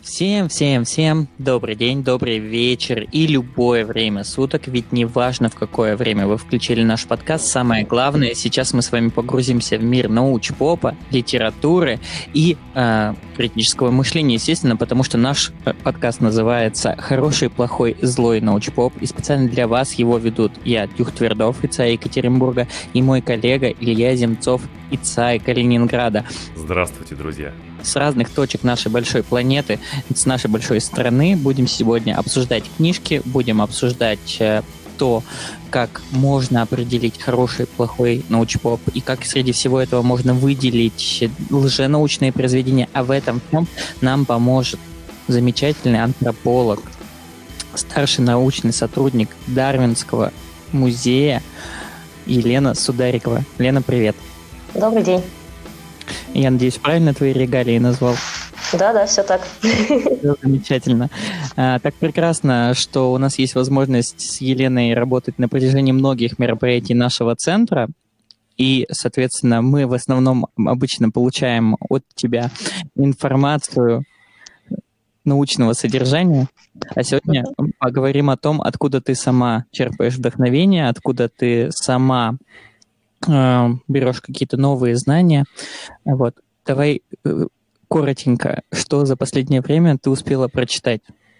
Всем добрый день, добрый вечер и любое время суток, ведь не важно, в какое время вы включили наш подкаст, самое главное, сейчас мы с вами погрузимся в мир научпопа, литературы и критического мышления, естественно, потому что наш подкаст называется «Хороший, плохой, злой научпоп», и специально для вас его ведут я, Тюх Твердов, ИЦА Екатеринбурга, и мой коллега Илья Земцов, ИЦА Калининграда. Здравствуйте, друзья! С разных точек нашей большой планеты, с нашей большой страны будем сегодня обсуждать книжки, будем обсуждать то, как можно определить хороший, плохой научпоп, и как среди всего этого можно выделить лженаучные произведения, а в этом всем нам поможет замечательный антрополог, старший научный сотрудник Дарвинского музея Елена Сударикова. Лена, привет! Добрый день! Я надеюсь, правильно твои регалии назвал? Да, все так. Замечательно. Так прекрасно, что у нас есть возможность с Еленой работать на протяжении многих мероприятий нашего центра. И, соответственно, мы в основном обычно получаем от тебя информацию научного содержания. А сегодня поговорим о том, откуда ты сама черпаешь вдохновение, откуда ты сама берешь какие-то новые знания. Вот. Давай коротенько, что за последнее время ты успела прочитать?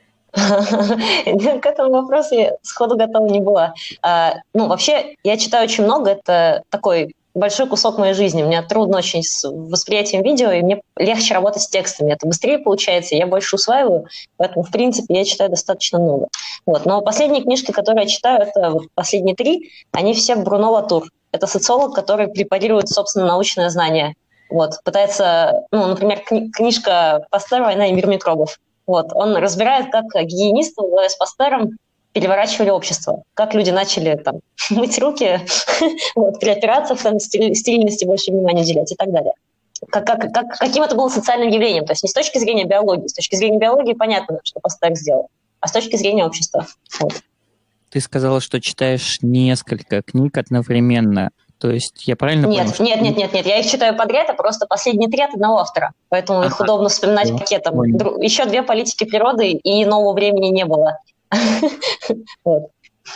К этому вопросу я сходу готова не была. Вообще, я читаю очень много, это такой большой кусок моей жизни. У меня трудно очень с восприятием видео, и мне легче работать с текстами. Это быстрее получается, я больше усваиваю, поэтому, в принципе, я читаю достаточно много. Вот. Но последние книжки, которые я читаю, это вот последние 3, они все Бруно Латур. Это социолог, который препарирует, собственно, научное знание. Вот. Пытается, например, книжка Пастера «Война и мир микробов». Вот. Он разбирает, как гигиенисты с Пастером переворачивали общество, как люди начали мыть руки, при операциях стерильности больше внимания уделять и так далее. Каким это было социальным явлением. То есть не с точки зрения биологии. С точки зрения биологии понятно, что Пастер сделал, а с точки зрения общества. Вот. Ты сказала, что читаешь несколько книг одновременно. То есть я правильно понял? Нет. Я их читаю подряд, а просто последние 3 от одного автора. Поэтому их удобно вспоминать пакетом. Еще 2 политики природы и нового времени не было. Вот.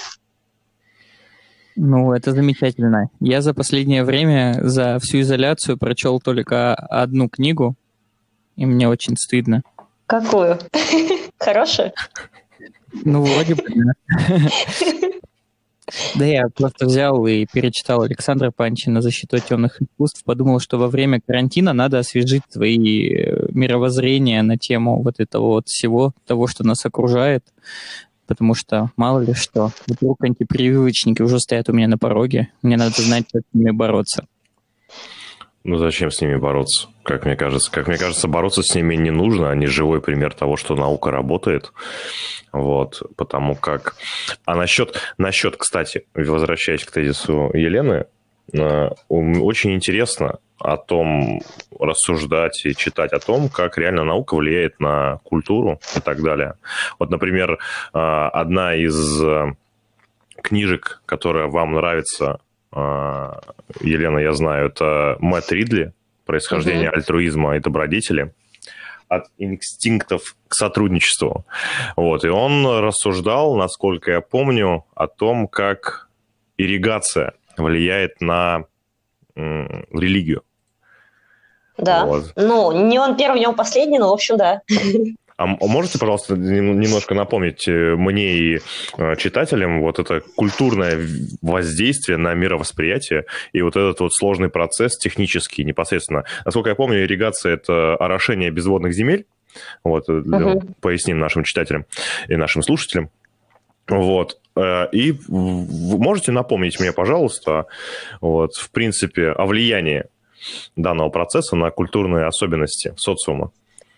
Это замечательно. Я за последнее время, за всю изоляцию прочел только одну книгу, и мне очень стыдно. Какую? Хорошую? Вроде бы, да. Да, я просто взял и перечитал Александра Панчина «Защиту от темных искусств», подумал, что во время карантина надо освежить свои мировоззрения на тему вот этого всего, того, что нас окружает, потому что мало ли что, вдруг антипрививочники уже стоят у меня на пороге, мне надо знать, как с ними бороться. Зачем с ними бороться? Как мне кажется, бороться с ними не нужно. Они живой пример того, что наука работает. Вот, потому как... А насчет, кстати, возвращаясь к тезису Елены, очень интересно о том рассуждать и читать о том, как реально наука влияет на культуру и так далее. Вот, например, одна из книжек, которая вам нравится, Елена, я знаю, это Мэтт Ридли «Происхождение альтруизма и добродетели. От инстинктов к сотрудничеству». Вот, и он рассуждал, насколько я помню, о том, как ирригация влияет на религию. Да, вот. Не он первый, не он последний, но в общем, да. А можете, пожалуйста, немножко напомнить мне и читателям вот это культурное воздействие на мировосприятие и вот этот вот сложный процесс технический непосредственно? Насколько я помню, ирригация – это орошение безводных земель. Вот, поясним нашим читателям и нашим слушателям. Вот. И можете напомнить мне, пожалуйста, вот, в принципе, о влиянии данного процесса на культурные особенности социума?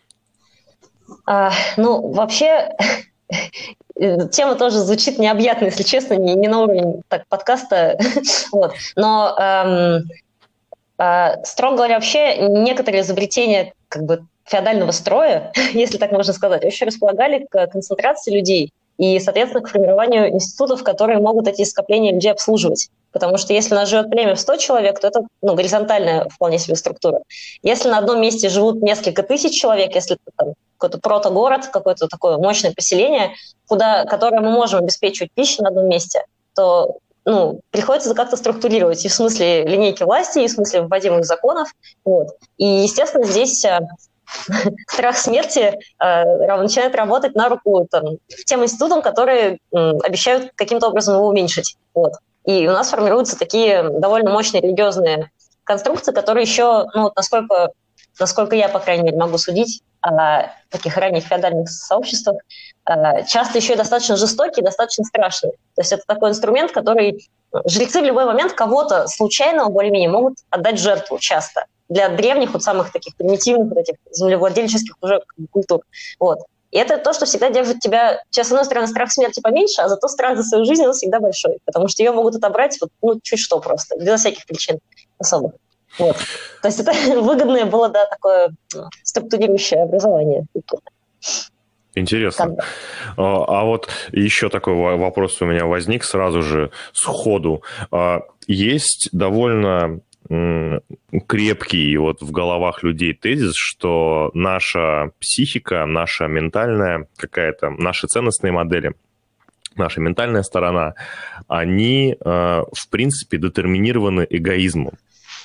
Вообще, тема тоже звучит необъятно, если честно, не на уровень подкаста. Вот. Но, строго говоря, вообще некоторые изобретения феодального строя, если так можно сказать, очень располагали к концентрации людей и, соответственно, к формированию институтов, которые могут эти скопления людей обслуживать. Потому что если у нас живет племя в 100 человек, то это горизонтальная вполне себе структура. Если на одном месте живут несколько тысяч человек, если это какой-то протогород, какое-то такое мощное поселение, которое мы можем обеспечивать пищей на одном месте, то приходится как-то структурировать и в смысле линейки власти, и в смысле вводимых законов. Вот. И, естественно, здесь страх смерти начинает работать на руку тем институтам, которые обещают каким-то образом его уменьшить. Вот. И у нас формируются такие довольно мощные религиозные конструкции, которые еще, насколько я, по крайней мере, могу судить о таких ранних феодальных сообществах, часто еще и достаточно жестокие, достаточно страшные. То есть это такой инструмент, который жрецы в любой момент кого-то случайного более-менее могут отдать в жертву часто. Для древних, самых таких примитивных, этих землевладельческих уже культур. Вот. И это то, что всегда держит тебя... Сейчас, с одной стороны, страх смерти поменьше, а зато страх за свою жизнь, он всегда большой. Потому что ее могут отобрать чуть что просто, безо всяких причин особых. Вот. То есть это выгодное было, такое структурирующее образование. Интересно. А вот еще такой вопрос у меня возник сразу же сходу. Есть довольно крепкий в головах людей тезис, что наша психика, наша ментальная какая-то, наши ценностные модели, наша ментальная сторона, они, в принципе, детерминированы эгоизмом.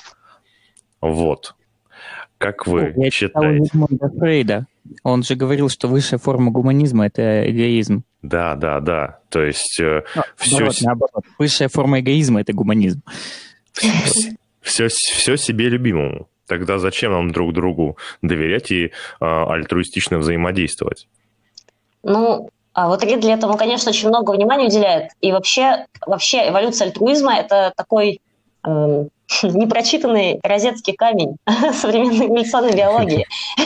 Вот. Как вы считаете? Фрейда. Он же говорил, что высшая форма гуманизма – это эгоизм. Да. То есть наоборот. Высшая форма эгоизма – это гуманизм. Все себе любимому. Тогда зачем нам друг другу доверять и альтруистично взаимодействовать? А вот Ридли этому, конечно, очень много внимания уделяет. И вообще эволюция альтруизма – это такой непрочитанный розетский камень современной эволюционной биологии.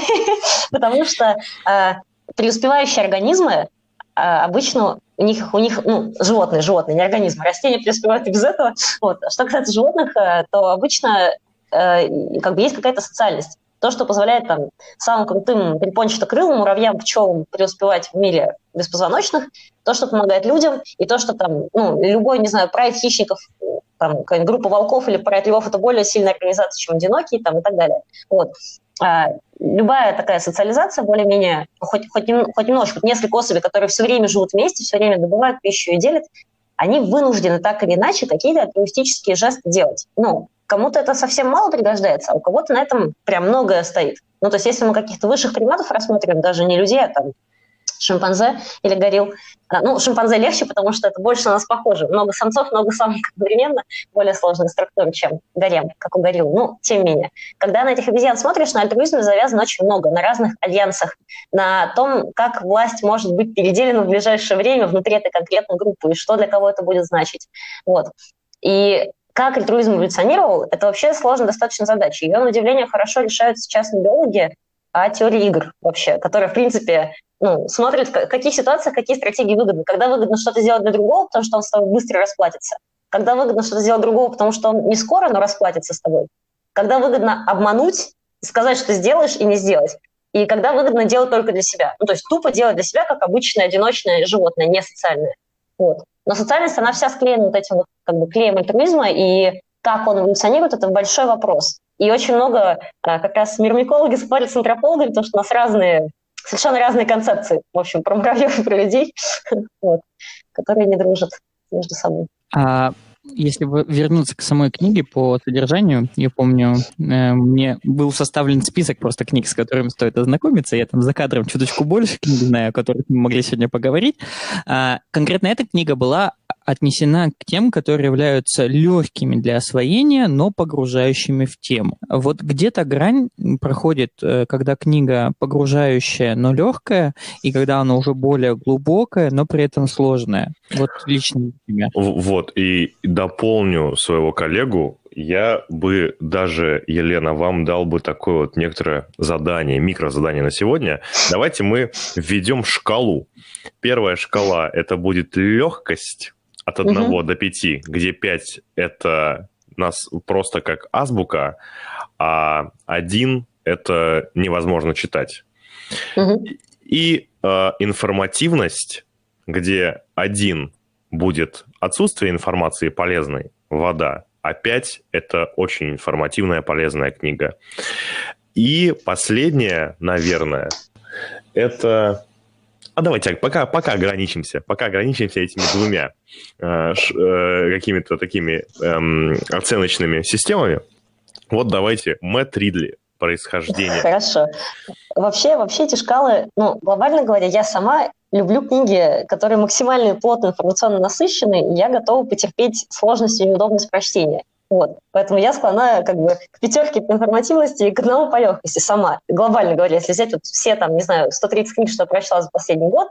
Потому что преуспевающие организмы обычно у них животные, не организмы, растения преуспевают и без этого. Вот. Что касается животных, то обычно есть какая-то социальность. То, что позволяет самым крутым перепончатокрылым муравьям, пчелам преуспевать в мире беспозвоночных, то, что помогает людям, и то, что любой, прайд хищников, какая-нибудь группа волков или прайд львов, это более сильная организация, чем одинокие, и так далее. Вот. Любая такая социализация, более-менее, хоть немножко, несколько особей, которые все время живут вместе, все время добывают пищу и делят, они вынуждены так или иначе какие-то альтруистические жесты делать. Кому-то это совсем мало пригождается, а у кого-то на этом прям многое стоит. То есть если мы каких-то высших приматов рассмотрим, даже не людей, а шимпанзе или горилл. Шимпанзе легче, потому что это больше на нас похоже. Много самцов, много самок одновременно, более сложная структура, чем гарем, как у горилл. Тем не менее. Когда на этих обезьян смотришь, на альтруизме завязано очень много, на разных альянсах, на том, как власть может быть переделена в ближайшее время внутри этой конкретной группы, и что для кого это будет значить. Вот. И как альтруизм эволюционировал, это вообще сложная достаточно задача. Ее, на удивление, хорошо решают сейчас не биологи, а теории игр вообще, которые, в принципе, смотрят, в каких ситуациях какие стратегии выгодны. Когда выгодно что-то сделать для другого, потому что он с тобой быстро расплатится. Когда выгодно что-то сделать другого, потому что он не скоро, но расплатится с тобой. Когда выгодно обмануть, сказать, что сделаешь, и не сделать. И когда выгодно делать только для себя. То есть тупо делать для себя, как обычное одиночное животное, не социальное. Вот. Но социальность, она вся склеена этим клеем альтруизма, и как он эволюционирует, это большой вопрос. И очень много как раз мирмикологи спорят с антропологами, потому что у нас совершенно разные концепции, в общем, про муравьев и про людей, которые не дружат между собой. Если вернуться к самой книге по содержанию, я помню, мне был составлен список просто книг, с которыми стоит ознакомиться. Я за кадром чуточку больше книг знаю, о которых мы могли сегодня поговорить. Конкретно эта книга была отнесена к тем, которые являются легкими для освоения, но погружающими в тему. Вот где-то грань проходит, когда книга погружающая, но легкая, и когда она уже более глубокая, но при этом сложная. Вот лично для меня. И дополню своего коллегу. Я бы даже, Елена, вам дал бы такое некоторое задание, микрозадание на сегодня. Давайте мы введем шкалу. Первая шкала – это будет легкость от 1 до 5, где 5 – это нас просто как азбука, а 1 – это невозможно читать. И информативность, где 1 будет отсутствие информации полезной, вода, а 5 – это очень информативная, полезная книга. И последняя, наверное, это... давайте пока ограничимся этими двумя какими-то такими оценочными системами. Вот давайте Мэтт Ридли, происхождение. Хорошо. Вообще эти шкалы, глобально говоря, я сама люблю книги, которые максимально плотно информационно насыщены, и я готова потерпеть сложность и неудобность прочтения. Вот. Поэтому я склонна к 5 по информативности и к 1 по легкости сама. Глобально говоря, если взять все 130 книг, что я прочла за последний год,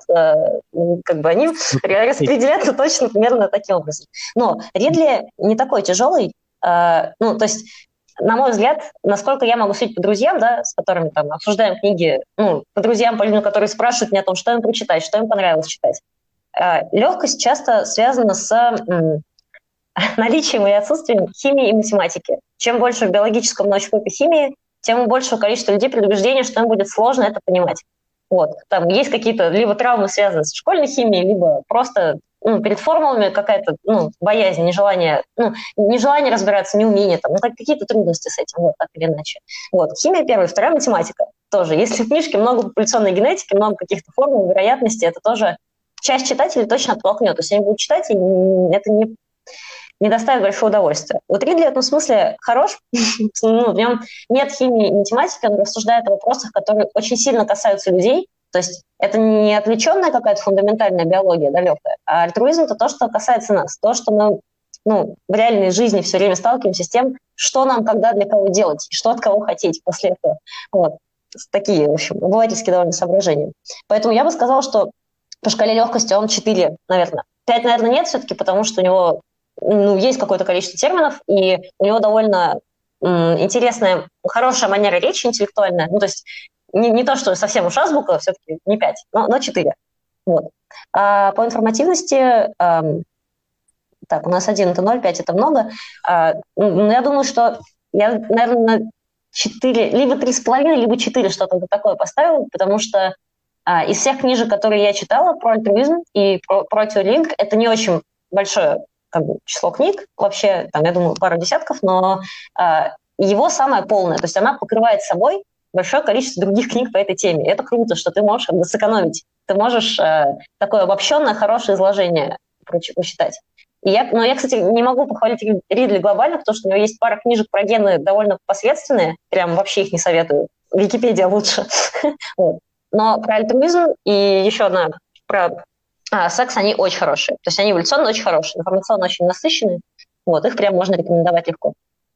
они распределяются точно примерно таким образом. Но Ридли не такой тяжелый. То есть, на мой взгляд, насколько я могу судить по друзьям, да, с которыми обсуждаем книги, по друзьям, по людям, которые спрашивают меня о том, что им прочитать, что им понравилось читать. Легкость часто связана с наличием и отсутствием химии и математики. Чем больше в биологическом научпопе химии, тем большего количества людей предубеждения, что им будет сложно это понимать. Вот. Там есть какие-то либо травмы, связанные с школьной химией, либо просто перед формулами какая-то боязнь, нежелание разбираться, неумение, какие-то трудности с этим, вот так или иначе. Вот. Химия первая, вторая математика тоже. Если в книжке много популяционной генетики, много каких-то формул, вероятностей, это тоже часть читателей точно оттолкнет. То есть они будут читать, и это не доставит большого удовольствия. Вот Ридли в этом смысле хорош, в нем нет химии и математики, он рассуждает о вопросах, которые очень сильно касаются людей, то есть это не отвлеченная какая-то фундаментальная биология далекая, а альтруизм – это то, что касается нас, то, что мы в реальной жизни все время сталкиваемся с тем, что нам, когда, для кого делать, и что от кого хотеть после этого. Вот. Такие, в общем, обывательские довольно соображения. Поэтому я бы сказала, что по шкале легкости он 4, наверное. 5, наверное, нет все-таки, потому что у него есть какое-то количество терминов, и у него довольно интересная, хорошая манера речи интеллектуальная. То есть не то, что совсем уж азбука, все-таки не 5, но 4. Вот. А по информативности, у нас 1 – это 0, 5 – это много. Я думаю, что я, наверное, 4, либо 3,5, либо 4 что-то такое поставила, потому что из всех книжек, которые я читала про альтруизм и про Тюринг, это не очень большое число книг, вообще, я думаю, пару десятков, но его самое полное, то есть она покрывает собой большое количество других книг по этой теме. И это круто, что ты можешь сэкономить. Ты можешь такое обобщенное, хорошее изложение прочитать. Но я, кстати, не могу похвалить Ридли глобально, потому что у него есть пара книжек про гены довольно посредственные, прям вообще их не советую. Википедия лучше. Но про альтруизм и еще одна про секс, они очень хорошие. То есть они эволюционно очень хорошие, информационно очень насыщенные. Вот, их прям можно рекомендовать легко.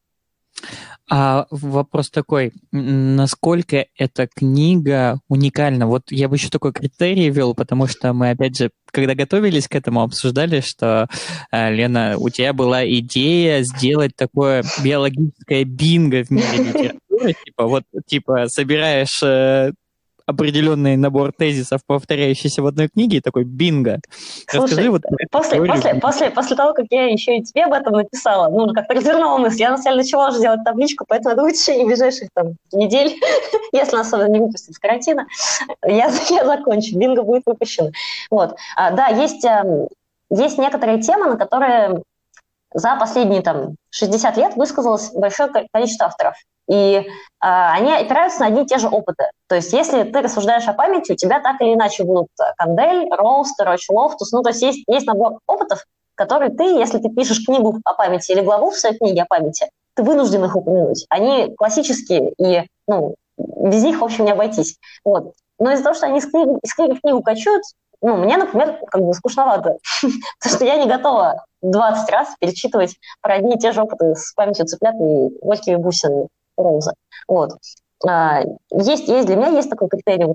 А вопрос такой, насколько эта книга уникальна? Вот я бы еще такой критерий ввел, потому что мы, опять же, когда готовились к этому, обсуждали, что, Лена, у тебя была идея сделать такое биологическое бинго в мире литературы, собираешь определенный набор тезисов, повторяющийся в одной книге, и такой бинго. Слушай, после того, как я еще и тебе об этом написала, как-то развернула мысль, я на самом деле начала уже делать табличку, поэтому я думаю, в течение ближайших недель, если нас особенно не выпустят с карантина, я закончу, бинго будет выпущено. Вот. Да, есть некоторые темы, на которые за последние 60 лет высказалось большое количество авторов. И они опираются на одни и те же опыты. То есть если ты рассуждаешь о памяти, у тебя так или иначе будут Кандель, Роуст, Лофтус. То есть есть набор опытов, которые ты, если ты пишешь книгу о памяти или главу в своей книге о памяти, ты вынужден их упомянуть. Они классические, и без них, в общем, не обойтись. Вот. Но из-за того, что они из книги в книгу качают, мне, например, скучновато. Потому что я не готова 20 раз перечитывать про одни и те же опыты с памятью цыплят и горькими бусинами Роуза. Вот. Есть для меня есть такой критерий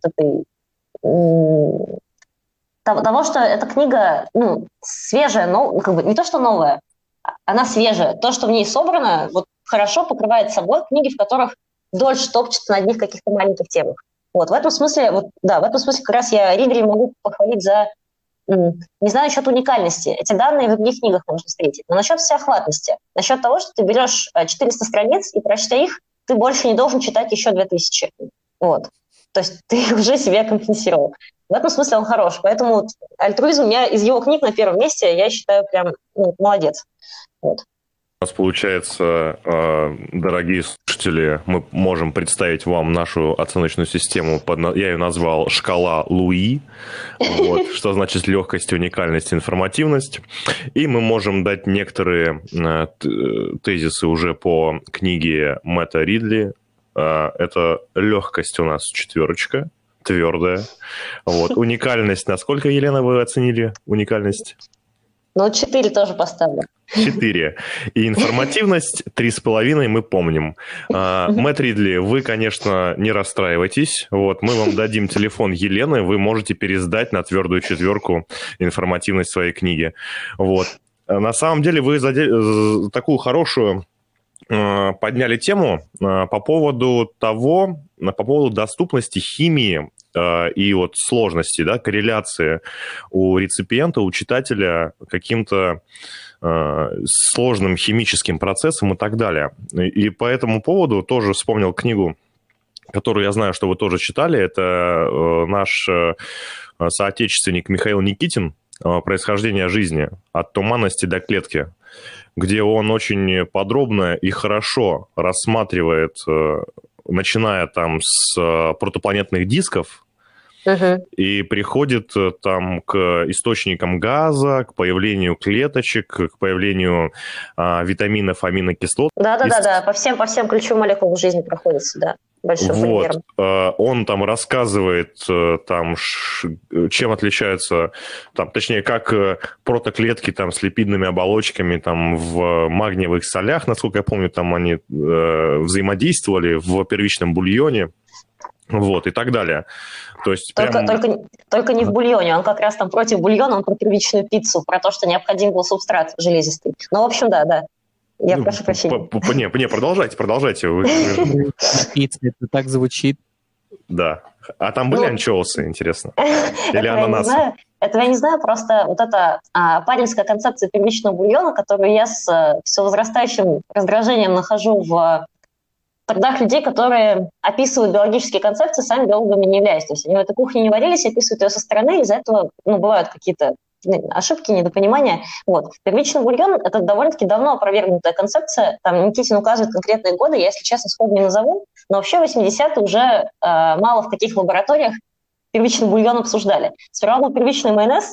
того, что эта книга свежая, но не то, что новая, она свежая. То, что в ней собрано, хорошо покрывает собой книги, в которых дольше топчется на одних каких-то маленьких темах. Вот, в этом смысле, как раз я Ридли могу похвалить за, не знаю, насчет уникальности. Эти данные в других книгах можно встретить. Но насчет всеохватности, насчет того, что ты берешь 400 страниц и, прочитав их, ты больше не должен читать еще 2000. Вот. То есть ты уже себе компенсировал. В этом смысле он хорош. Поэтому альтруизм, я из его книг на первом месте, я считаю, прям молодец. Вот. У нас получается, дорогие слушатели, мы можем представить вам нашу оценочную систему, я ее назвал «Шкала Луи», вот, что значит легкость, уникальность, информативность. И мы можем дать некоторые тезисы уже по книге Мэтта Ридли. Это легкость у нас 4, твердая. Вот. Уникальность, насколько, Елена, вы оценили уникальность? 4 тоже поставлю. 4. И информативность 3,5 мы помним. Мэтт Ридли, вы, конечно, не расстраивайтесь. Вот, мы вам дадим телефон Елены, вы можете пересдать на твердую 4 информативность своей книги. Вот. На самом деле вы такую хорошую подняли тему по поводу доступности химии и вот сложности, да, корреляции у реципиента, у читателя каким-то сложным химическим процессом и так далее. И по этому поводу тоже вспомнил книгу, которую я знаю, что вы тоже читали. Это наш соотечественник Михаил Никитин «Происхождение жизни. От туманности до клетки», где он очень подробно и хорошо рассматривает, начиная там с протопланетных дисков, и приходит там к источникам газа, к появлению клеточек, к появлению витаминов, аминокислот. Да, по всем ключевым молекулам жизни проходится, да. Большим примером. Он там рассказывает, там, чем отличаются, там, точнее, как протоклетки там, с липидными оболочками там, в магниевых солях, насколько я помню, там они взаимодействовали в первичном бульоне, вот, и так далее. То есть только не в бульоне, он как раз там против бульона, он про первичную пиццу, про то, что необходим был субстрат железистый. Ну, в общем, да. Я прошу прощения. Не, продолжайте. Пицца, это так звучит. Да. А там были анчоусы, интересно? Или ананасы? Этого я не знаю, просто вот эта парельская концепция первичного бульона, которую я с все возрастающим раздражением нахожу в трудах людей, которые описывают биологические концепции, сами биологами не являясь. То есть они в этой кухне не варились, описывают ее со стороны, из-за этого бывают какие-то ошибки, недопонимания. Вот. Первичный бульон – это довольно-таки давно опровергнутая концепция. Там Никитин указывает конкретные годы, я, если честно, сходу не назову, но вообще в 80-е уже мало в каких лабораториях первичный бульон обсуждали. Сперва был первичный майонез,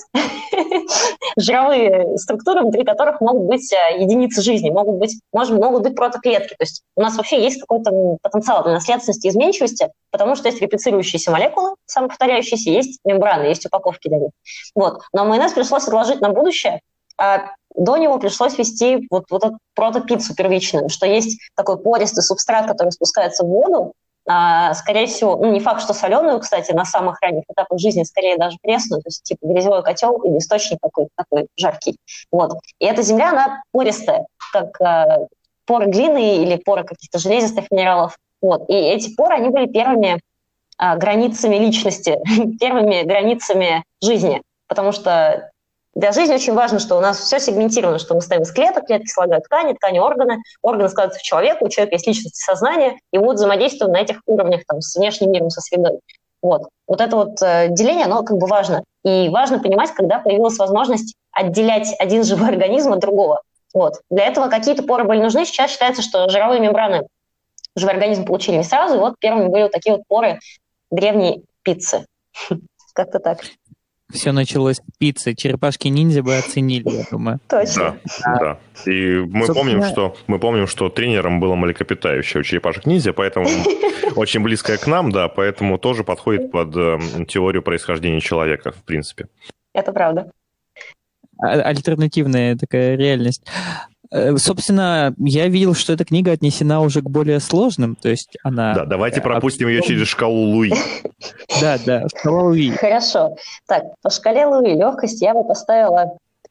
жировые структуры, внутри которых могут быть единицы жизни, могут быть протоклетки. То есть у нас вообще есть какой-то потенциал для наследственности и изменчивости, потому что есть реплицирующиеся молекулы, самоповторяющиеся, есть мембраны, есть упаковки для них. Вот. Но майонез пришлось отложить на будущее, а до него пришлось вести вот эту протопиццу первичную, что есть такой пористый субстрат, который спускается в воду, скорее всего, не факт, что соленую, кстати, на самых ранних этапах жизни, скорее даже пресную, то есть типа грязевой котел или источник какой-то такой жаркий. Вот. И эта земля, она пористая, как поры глины или поры каких-то железистых минералов. Вот. И эти поры, они были первыми границами личности, первыми границами жизни, потому что для жизни очень важно, что у нас все сегментировано, что мы стоим из клеток, клетки слагают ткани органы складываются в человека, у человека есть личность и сознание, и вот взаимодействуем на этих уровнях там, с внешним миром, со средой. Вот это вот деление, оно как бы важно. И важно понимать, когда появилась возможность отделять один живой организм от другого. Вот. Для этого какие-то поры были нужны. Сейчас считается, что жировые мембраны живой организм получили не сразу, и вот первыми были вот такие вот поры древней пиццы. Как-то так. Все началось с пиццы. Черепашки-ниндзя бы оценили, я думаю. Точно. Да. И мы помним, что тренером было млекопитающее у черепашек-ниндзя, поэтому очень близкое к нам, да, поэтому тоже подходит под теорию происхождения человека, в принципе. Это правда. Альтернативная такая реальность. Собственно, я видел, что эта книга отнесена уже к более сложным, то есть она... Да, давайте пропустим ее через шкалу Луи. Да, шкала Луи. Хорошо. Так, по шкале Луи легкость я бы поставила...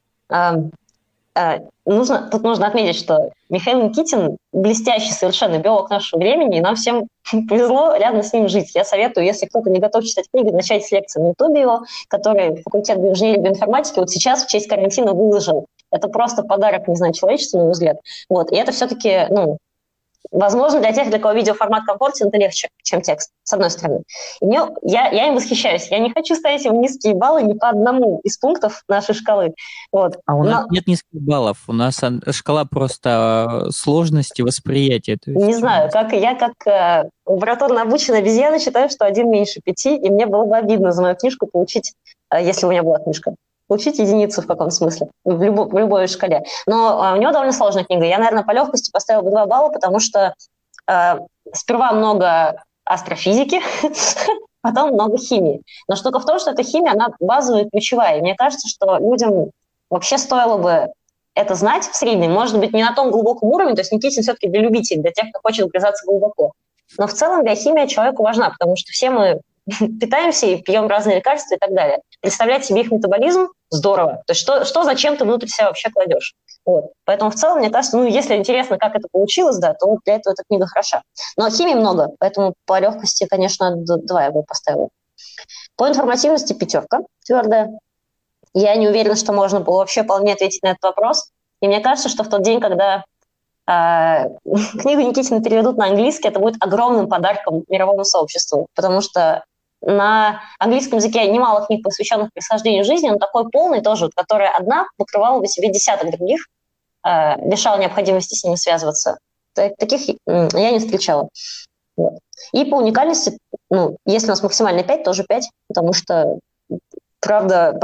Тут нужно отметить, что Михаил Никитин блестящий совершенно биолог нашего времени, и нам всем повезло рядом с ним жить. Я советую, если кто-то не готов читать книги, начать с лекции на Ютубе его, который факультет биоинженерии и биоинформатики вот сейчас в честь карантина выложил. Это просто подарок, не знаю, человечеству, на мой взгляд. Вот. И это все-таки, Возможно, для тех, для кого видеоформат комфортен, это легче, чем текст, с одной стороны. И я им восхищаюсь. Я не хочу ставить им низкие баллы ни по одному из пунктов нашей шкалы. Вот. А у нас нет низких баллов, у нас шкала просто сложности восприятия. То есть... Не знаю, как лабораторно обученная обезьяна считаю, что 1 меньше 5, и мне было бы обидно за мою книжку получить, если у меня была книжка, получить единицу в каком смысле, в любой шкале. Но у него довольно сложная книга. Я, наверное, по легкости поставила бы 2 балла, потому что сперва много астрофизики, потом много химии. Но штука в том, что эта химия, она базовая и ключевая. И мне кажется, что людям вообще стоило бы это знать в среднем. Может быть, не на том глубоком уровне, то есть Никитин все-таки для любителей, для тех, кто хочет вгрызаться глубоко. Но в целом для химии человеку важна, потому что все мы питаемся и пьем разные лекарства и так далее. Представлять себе их метаболизм здорово. То есть что зачем ты внутрь себя вообще кладешь. Вот. Поэтому в целом, мне кажется, если интересно, как это получилось, да, то вот для этого эта книга хороша. Но химии много, поэтому по легкости, конечно, 2 я бы поставила. По информативности 5 твердая. Я не уверена, что можно было вообще вполне ответить на этот вопрос. И мне кажется, что в тот день, когда книгу Никитина переведут на английский, это будет огромным подарком мировому сообществу, потому что на английском языке немало книг, посвященных происхождению жизни, но такой полный тоже, которая одна покрывала бы себе десяток других, лишала необходимости с ними связываться. Таких я не встречала. Вот. И по уникальности, если у нас максимально 5, тоже 5, потому что правда,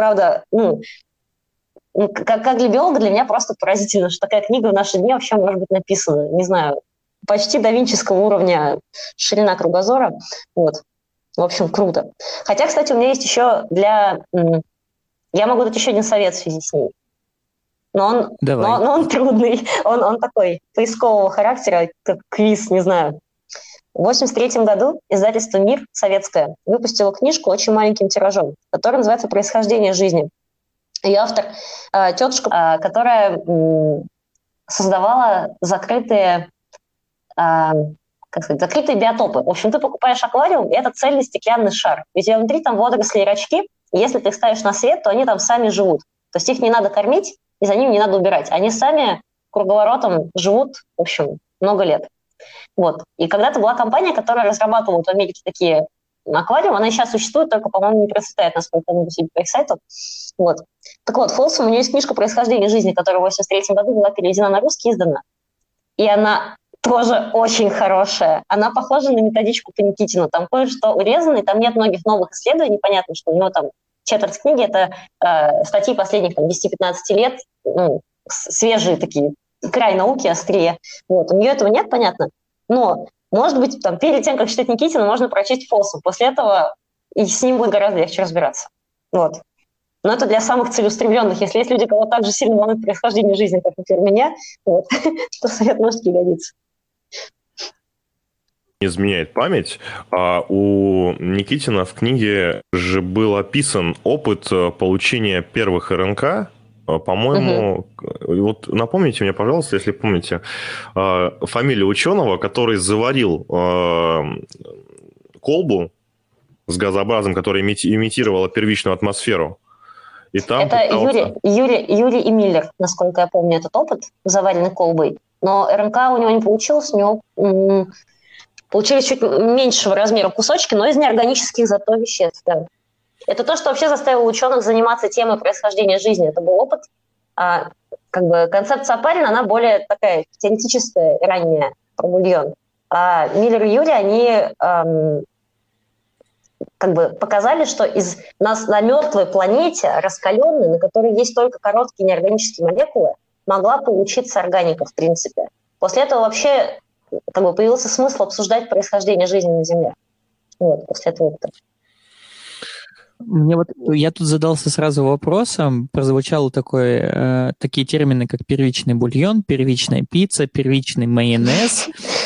как для биолога, для меня просто поразительно, что такая книга в наши дни вообще может быть написана. Не знаю, почти до винческого уровня ширина кругозора. Вот. В общем, круто. Хотя, кстати, у меня есть еще я могу дать еще один совет в связи с ней. Но он трудный. Он такой поискового характера, как квиз, не знаю. В 1983 году издательство «Мир» советское выпустило книжку очень маленьким тиражом, которая называется «Происхождение жизни». Ее автор тетушка, которая создавала закрытые биотопы. В общем, ты покупаешь аквариум, и это цельный стеклянный шар. Ведь внутри там водоросли и рачки, и если ты их ставишь на свет, то они там сами живут. То есть их не надо кормить, и за ними не надо убирать. Они сами круговоротом живут, в общем, много лет. Вот. И когда-то была компания, которая разрабатывала в Америке такие аквариумы, она сейчас существует, только, по-моему, не процветает, насколько я могу судить по их сайту. Вот. Так вот, Фолсом, у нее есть книжка «Происхождение жизни», которая в 1983 году была переведена на русский и издана. И она тоже очень хорошая. Она похожа на методичку по Никитину. Там кое-что урезано, и там нет многих новых исследований. Понятно, что у него там четверть книги – это статьи последних 10-15 лет, свежие такие, край науки острее. Вот. У нее этого нет, понятно. Но, может быть, там, перед тем, как читать Никитина, можно прочесть Фолсом. После этого и с ним будет гораздо легче разбираться. Вот. Но это для самых целеустремленных. Если есть люди, кого так же сильно волнует происхождение жизни, как, например, меня, вот, то совет может пригодиться. Не изменяет память, у Никитина в книге же был описан опыт получения первых РНК, по-моему, вот напомните мне, пожалуйста, если помните, фамилию ученого, который заварил колбу с газообразом, которая имитировала первичную атмосферу. И там это Юрий и Миллер, насколько я помню, этот опыт, заваренный колбой. Но РНК у него не получилось, у него получились чуть меньшего размера кусочки, но из неорганических зато веществ. Да. Это то, что вообще заставило ученых заниматься темой происхождения жизни. Это был опыт. Концепция Опарина, она более такая теоретическая, ранняя, про бульон. А Миллер и Юрий, они показали, что из нас на мертвой планете, раскаленной, на которой есть только короткие неорганические молекулы, могла получиться органика, в принципе. После этого вообще появился смысл обсуждать происхождение жизни на Земле. Вот, после этого опыта. Я тут задался сразу вопросом, прозвучало такие термины, как первичный бульон, первичная пицца, первичный майонез.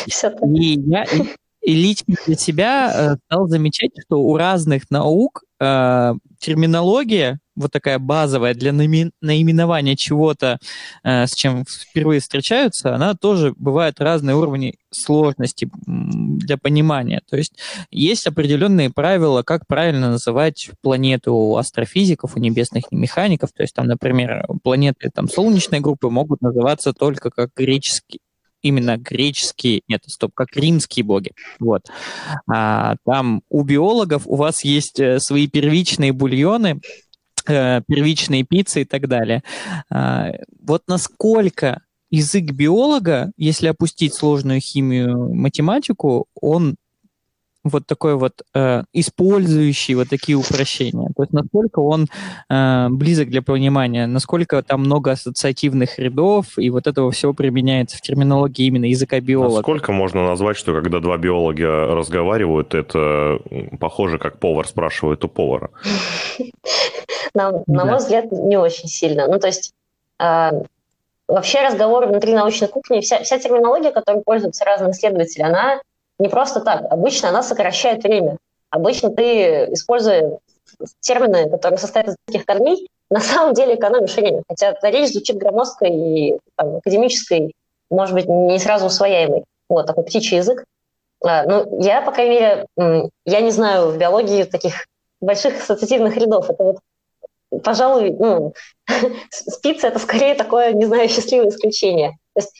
И лично для себя стал замечать, что у разных наук терминология, вот такая базовая для наименования чего-то, с чем впервые встречаются, она тоже бывает разные уровни сложности для понимания. То есть есть определенные правила, как правильно называть планеты у астрофизиков, у небесных механиков. То есть там, например, планеты солнечной группы могут называться только как греческие именно греческие, нет, стоп, как римские боги. Вот. Там у биологов у вас есть свои первичные бульоны, первичные пиццы и так далее. Вот насколько язык биолога, если опустить сложную химию, математику, он вот такой вот использующий вот такие упрощения. То есть насколько он близок для понимания, насколько там много ассоциативных рядов, и вот этого всего применяется в терминологии именно языка биолога. Насколько можно назвать, что когда два биолога разговаривают, это похоже, как повар спрашивает у повара? На мой взгляд, не очень сильно. Ну, то есть вообще разговоры внутри научной кухни, вся терминология, которой пользуются разные исследователи, она не просто так. Обычно она сокращает время. Обычно ты, используя термины, которые состоят из таких корней, на самом деле экономишь время. Хотя речь звучит громоздкой и там, академической, может быть, не сразу усвояемой. Вот такой птичий язык. Ну, я, по крайней мере, я не знаю в биологии таких больших ассоциативных рядов. Это вот, пожалуй, спица – это скорее такое, не знаю, счастливое исключение. То есть,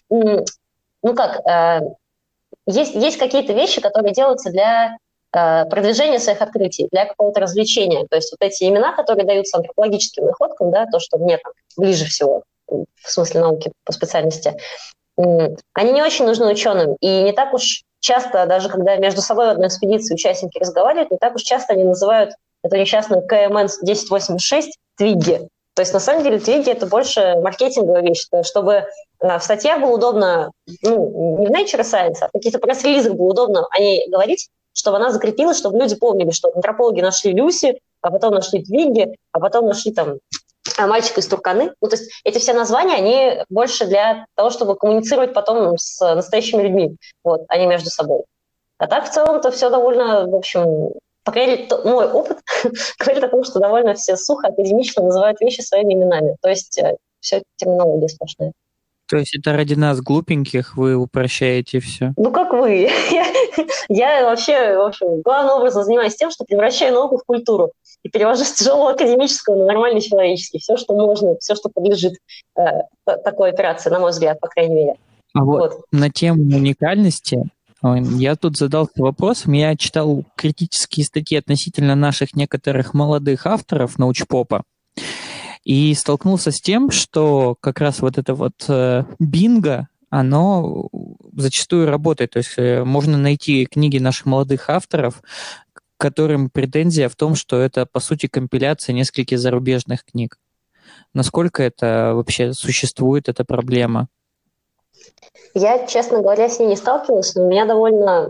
есть какие-то вещи, которые делаются для продвижения своих открытий, для какого-то развлечения. То есть вот эти имена, которые даются антропологическим находкам, да, то, что мне там ближе всего, в смысле науки по специальности, они не очень нужны ученым. И не так уж часто, даже когда между собой в одной экспедиции участники разговаривают, не так уж часто они называют эту несчастную КМН-1086 Твигги. То есть на самом деле Твигги – это больше маркетинговая вещь, чтобы в статьях было удобно, не в Nature Science, а в каких-то пресс-релизах было удобно о ней говорить, чтобы она закрепилась, чтобы люди помнили, что антропологи нашли Люси, а потом нашли Твигги, а потом нашли там мальчика из Турканы. Ну, то есть эти все названия, они больше для того, чтобы коммуницировать потом с настоящими людьми, вот, а не между собой. А так в целом-то все довольно, в общем, по крайней мере, мой опыт говорит о том, что довольно все сухо, академично называют вещи своими именами. То есть все терминология сплошная. То есть это ради нас, глупеньких, вы упрощаете все? Ну, как вы. Я вообще, в общем, главным образом занимаюсь тем, что превращаю науку в культуру и перевожу с тяжелого академического на нормальный человеческий. Все, что можно, все, что подлежит такой операции, на мой взгляд, по крайней мере. А вот на тему уникальности я тут задался вопросом. Я читал критические статьи относительно наших некоторых молодых авторов научпопа и столкнулся с тем, что как раз вот это вот бинго, оно зачастую работает. То есть можно найти книги наших молодых авторов, к которым претензия в том, что это, по сути, компиляция нескольких зарубежных книг. Насколько это вообще существует, эта проблема? Я, честно говоря, с ней не сталкивалась, но у меня довольно,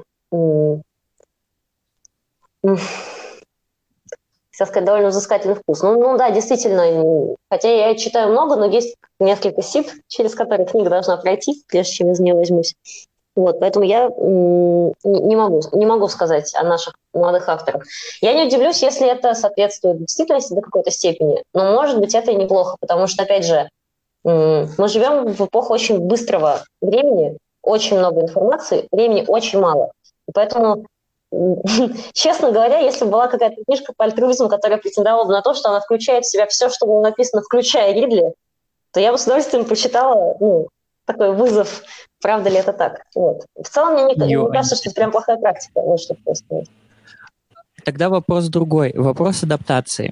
хотел сказать, довольно взыскательный вкус. Ну да, действительно, хотя я читаю много, но есть несколько сит, через которые книга должна пройти, прежде чем из нее возьмусь. Вот, поэтому я не могу сказать о наших молодых авторах. Я не удивлюсь, если это соответствует действительности до какой-то степени, но, может быть, это и неплохо, потому что, опять же, мы живем в эпоху очень быстрого времени, очень много информации, времени очень мало. И поэтому, честно говоря, если бы была какая-то книжка по альтруизму, которая претендовала бы на то, что она включает в себя все, что было написано, включая Ридли, то я бы с удовольствием прочитала такой вызов, правда ли это так. Вот. В целом, мне не кажется, что это прям плохая практика. Вот что происходит. Тогда вопрос другой. Вопрос адаптации.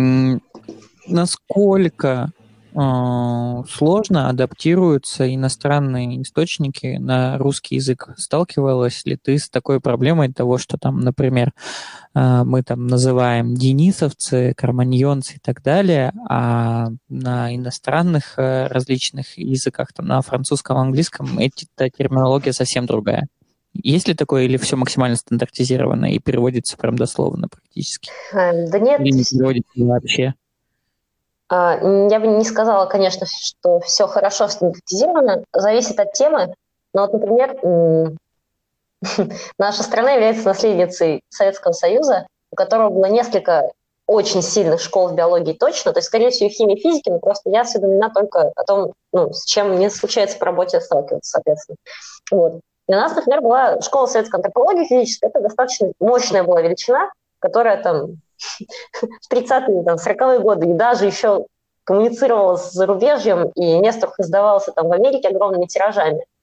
Насколько сложно адаптируются иностранные источники на русский язык? Сталкивалась ли ты с такой проблемой того, что там, например, мы там называем денисовцы, карманьонцы и так далее, а на иностранных различных языках, там, на французском, английском, эта терминология совсем другая? Есть ли такое, или все максимально стандартизировано и переводится прям дословно практически? Да нет. Или не переводится вообще? Я бы не сказала, конечно, что все хорошо стандартизировано, зависит от темы. Но вот, например, наша страна является наследницей Советского Союза, у которого было несколько очень сильных школ в биологии точно, то есть, скорее всего, химии и физики, но просто я осведомлена только о том, с чем мне случается по работе сталкиваться, соответственно. Вот. И у нас, например, была школа советской антропологии физической, это достаточно мощная была величина, которая там в 30-е, 40-е годы и даже еще коммуницировала с зарубежьем, и место издавался там в Америке огромными тиражами. То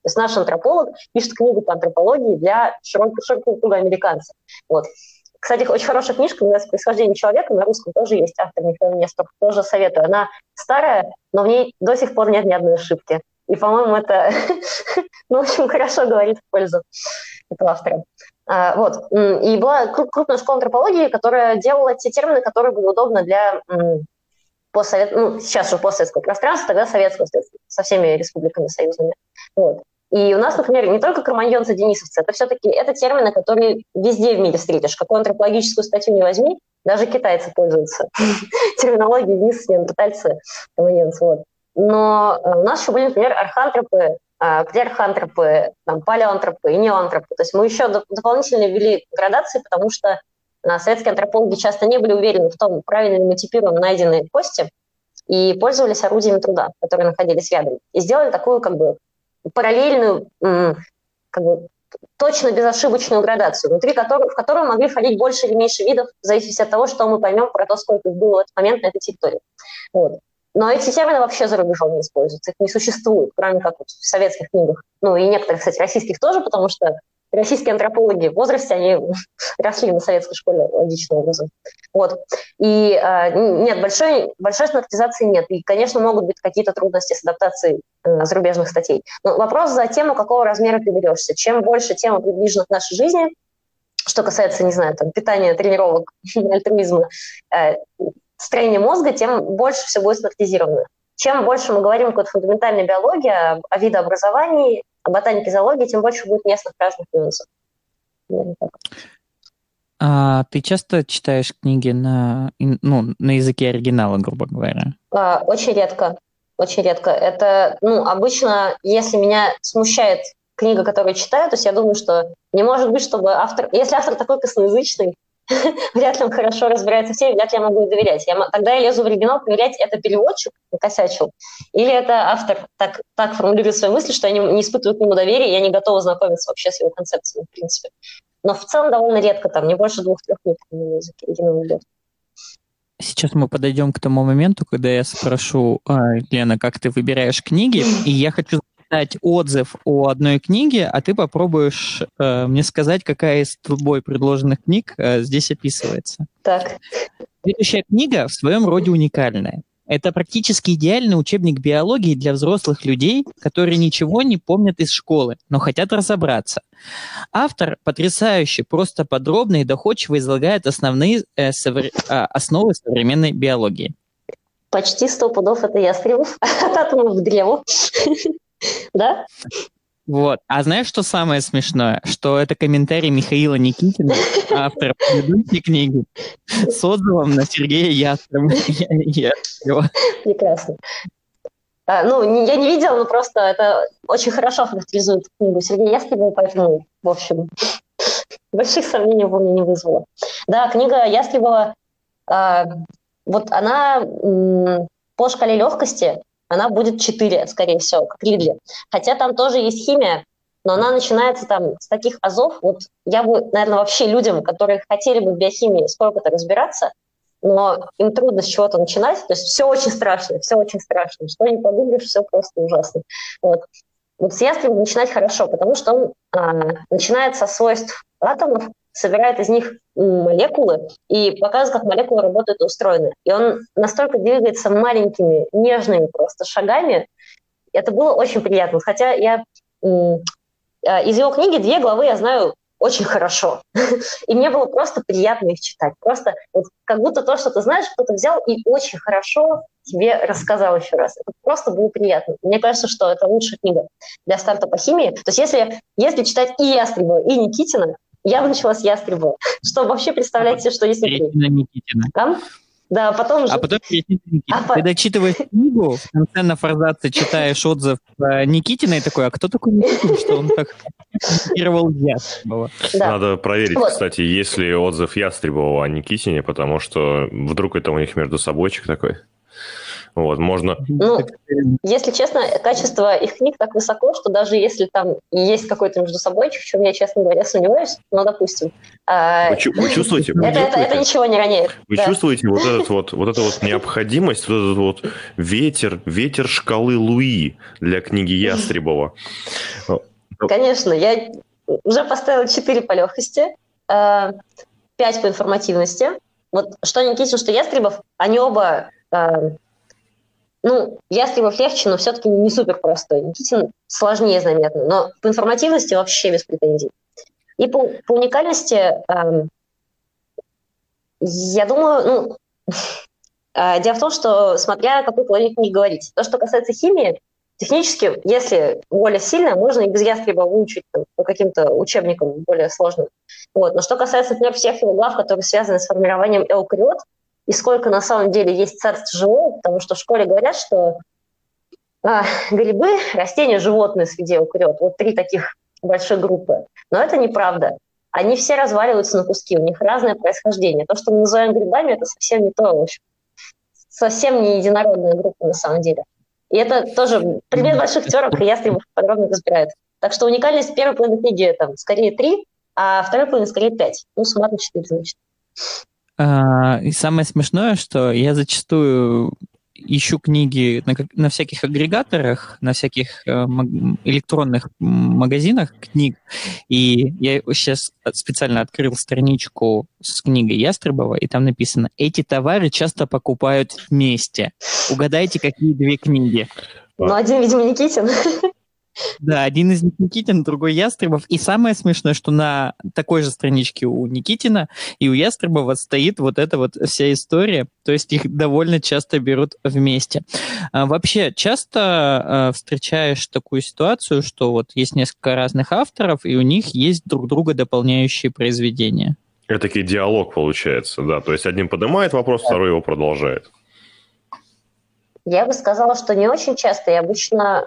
есть наш антрополог пишет книгу по антропологии для широкого круга американцев. Вот. Кстати, очень хорошая книжка, называется «Происхождение человека», на русском тоже есть, автор Михаил Несторов, тоже советую. Она старая, но в ней до сих пор нет ни одной ошибки. И, по-моему, это, в общем, хорошо говорит в пользу этого автора. Вот. И была крупная школа антропологии, которая делала те термины, которые были удобны для сейчас уже постсоветского пространства, тогда советского, со всеми республиками союзными. Вот. И у нас, например, не только кроманьонцы, денисовцы, это все-таки термины, которые везде в мире встретишь. Какую антропологическую статью не возьми, даже китайцы пользуются терминологией денисовцы, неандертальцы, кроманьонцы. Вот. Но у нас еще были, например, архантропы, клерхантропы, палеоантропы и неоантропы. То есть мы еще дополнительно ввели градации, потому что советские антропологи часто не были уверены в том, правильно ли мы типируем найденные кости, и пользовались орудиями труда, которые находились рядом. И сделали такую параллельную, точно безошибочную градацию, в которую могли входить больше или меньше видов, в зависимости от того, что мы поймем про то, сколько их было в этот момент на этой территории. Вот. Но эти термины вообще за рубежом не используются, их не существует, кроме как в советских книгах. И некоторых, кстати, российских тоже, потому что российские антропологи в возрасте, они росли на советской школе логичным образом. Вот. И нет, большой стандартизации нет. И, конечно, могут быть какие-то трудности с адаптацией зарубежных статей. Но вопрос за тему, какого размера ты берешься. Чем больше тема приближена к нашей жизни, что касается, не знаю, питания, тренировок, альтруизма, строения мозга, тем больше все будет стандартизировано. Чем больше мы говорим о какой-то фундаментальной биологии, о видообразовании, о ботанике, зоологии, тем больше будет местных разных нюансов. Ты часто читаешь книги на языке оригинала, грубо говоря? Очень редко. Очень редко. Это, обычно, если меня смущает книга, которую читаю, то есть я думаю, что не может быть, чтобы если автор такой косноязычный, вряд ли он хорошо разбирается в теме, вряд ли я могу доверять. Тогда я лезу в оригинал проверять, это переводчик накосячил, или это автор так формулирует свои мысли, что я не испытываю к нему доверия, я не готова знакомиться вообще с его концепцией, в принципе. Но в целом довольно редко, не больше 2-3 книг на языке оригинала идет. Сейчас мы подойдем к тому моменту, когда я спрошу, Лена, как ты выбираешь книги, и я хочу дать отзыв о одной книге, а ты попробуешь мне сказать, какая из тобой предложенных книг здесь описывается. Так. Следующая книга в своем роде уникальная. Это практически идеальный учебник биологии для взрослых людей, которые ничего не помнят из школы, но хотят разобраться. Автор потрясающе, просто подробно и доходчиво излагает основные основы современной биологии. Почти 100 пудов это Ястребов, от атома в древу. Да? Вот. А знаешь, что самое смешное? Что это комментарий Михаила Никитина, автора предыдущей книги, с отзывом на Сергея Ястребова. Прекрасно. Я не видела, но просто это очень хорошо характеризует книгу Сергея Ястребова, поэтому, в общем, больших сомнений во мне не вызвало. Да, книга Ястребова, она по шкале легкости, она будет 4, скорее всего, как Ридли. Хотя там тоже есть химия, но она начинается с таких азов. Вот я бы, наверное, вообще людям, которые хотели бы в биохимии сколько-то разбираться, но им трудно с чего-то начинать. То есть все очень страшно, все очень страшно. Что не погуглишь, все просто ужасно. Вот с Ястребом начинать хорошо, потому что он начинает со свойств атомов, собирает из них молекулы и показывает, как молекулы работают и устроены. И он настолько двигается маленькими, нежными просто шагами. Это было очень приятно. Хотя я из его книги 2 главы я знаю очень хорошо. И мне было просто приятно их читать. Просто как будто то, что ты знаешь, кто-то взял и очень хорошо тебе рассказал еще раз. Это просто было приятно. Мне кажется, что это лучшая книга для старта по химии. То есть если читать и Ястребова, и Никитина, я бы начала с Ястребова. Что вообще представляете себе, что если... Никитина. Да, потом уже... А потом ты дочитываешь книгу, в конце на форзаце читаешь отзыв Никитина и такой, а кто такой Никитин, что он так комментировал Ястребова? Да. Надо проверить, кстати, есть ли отзыв Ястребова о Никитине, потому что вдруг это у них между собойчик такой. Вот, можно... Ну, если честно, качество их книг так высоко, что даже если там и есть какой-то междусобойчик, в чем я, честно говоря, сомневаюсь, но, допустим, Вы чувствуете? это ничего не роняет. Вы чувствуете вот эту вот необходимость, вот этот вот ветер шкалы Луи для книги Ястребова? Конечно, я уже поставила 4 по легкости, 5 по информативности. Вот что Никитин, что Ястребов, они оба... Ястребов легче, но все-таки не супер простой. Никитин сложнее заметно, но по информативности вообще без претензий. И по уникальности, я думаю, дело в том, что смотря о какой половине книг говорить. То, что касается химии, технически, если воля сильная, можно и без Ястреба выучить по каким-то учебникам более сложным. Вот. Но что касается, например, всех его глав, которые связаны с формированием эукариот, и сколько на самом деле есть царств живого, потому что в школе говорят, что грибы, растения, животные среди эукариот. Вот 3 таких больших группы. Но это неправда. Они все разваливаются на куски, у них разное происхождение. То, что мы называем грибами, это совсем не то, в общем. Совсем не единородная группа на самом деле. И это тоже предмет больших терок, и Ястребов подробно разбирает. Так что уникальность первой половины книги там скорее 3, а второй половины скорее 5. Суммарно 4, значит. И самое смешное, что я зачастую ищу книги на всяких агрегаторах, на всяких электронных магазинах книг, и я сейчас специально открыл страничку с книгой Ястребова, и там написано: «Эти товары часто покупают вместе. Угадайте, какие 2 книги». Один, видимо, Никитин. Да, один из них Никитин, другой Ястребов. И самое смешное, что на такой же страничке у Никитина и у Ястребова стоит вот эта вот вся история. То есть их довольно часто берут вместе. Вообще, часто встречаешь такую ситуацию, что вот есть несколько разных авторов, и у них есть друг друга дополняющие произведения? Это таки диалог получается, да. То есть один поднимает вопрос, второй его продолжает. Я бы сказала, что не очень часто. И обычно...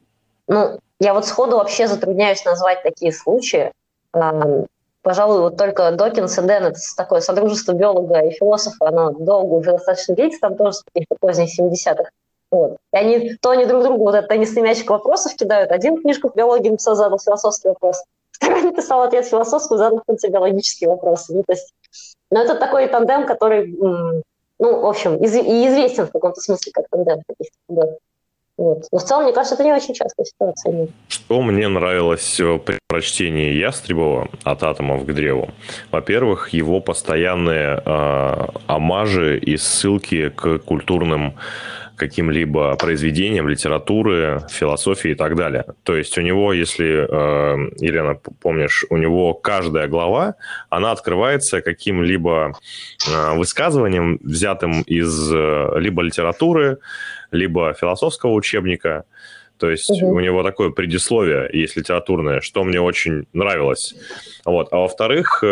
я вот сходу вообще затрудняюсь назвать такие случаи. Пожалуй, вот только Докинс и Дэн, это такое содружество биолога и философа, оно долго уже достаточно длится, там тоже с каких-то поздних 70-х. Вот. И они друг другу вот этот теннисный мячик вопросов кидают. Один книжку в биологии написал, задал философский вопрос. Второй написал ответ философскую, задал в конце биологические вопросы. Это такой тандем, который, в общем, и известен в каком-то смысле как тандем таких. Вот. Но в целом, мне кажется, это не очень частая ситуация. Что мне нравилось при прочтении Ястребова «От атомов к древу»? Во-первых, его постоянные омажи и ссылки к культурным каким-либо произведениям, литературы, философии и так далее. То есть у него, если, Елена, помнишь, у него каждая глава, она открывается каким-либо высказыванием, взятым из либо литературы, либо философского учебника. То есть у него такое предисловие есть литературное, что мне очень нравилось. Вот. А во-вторых,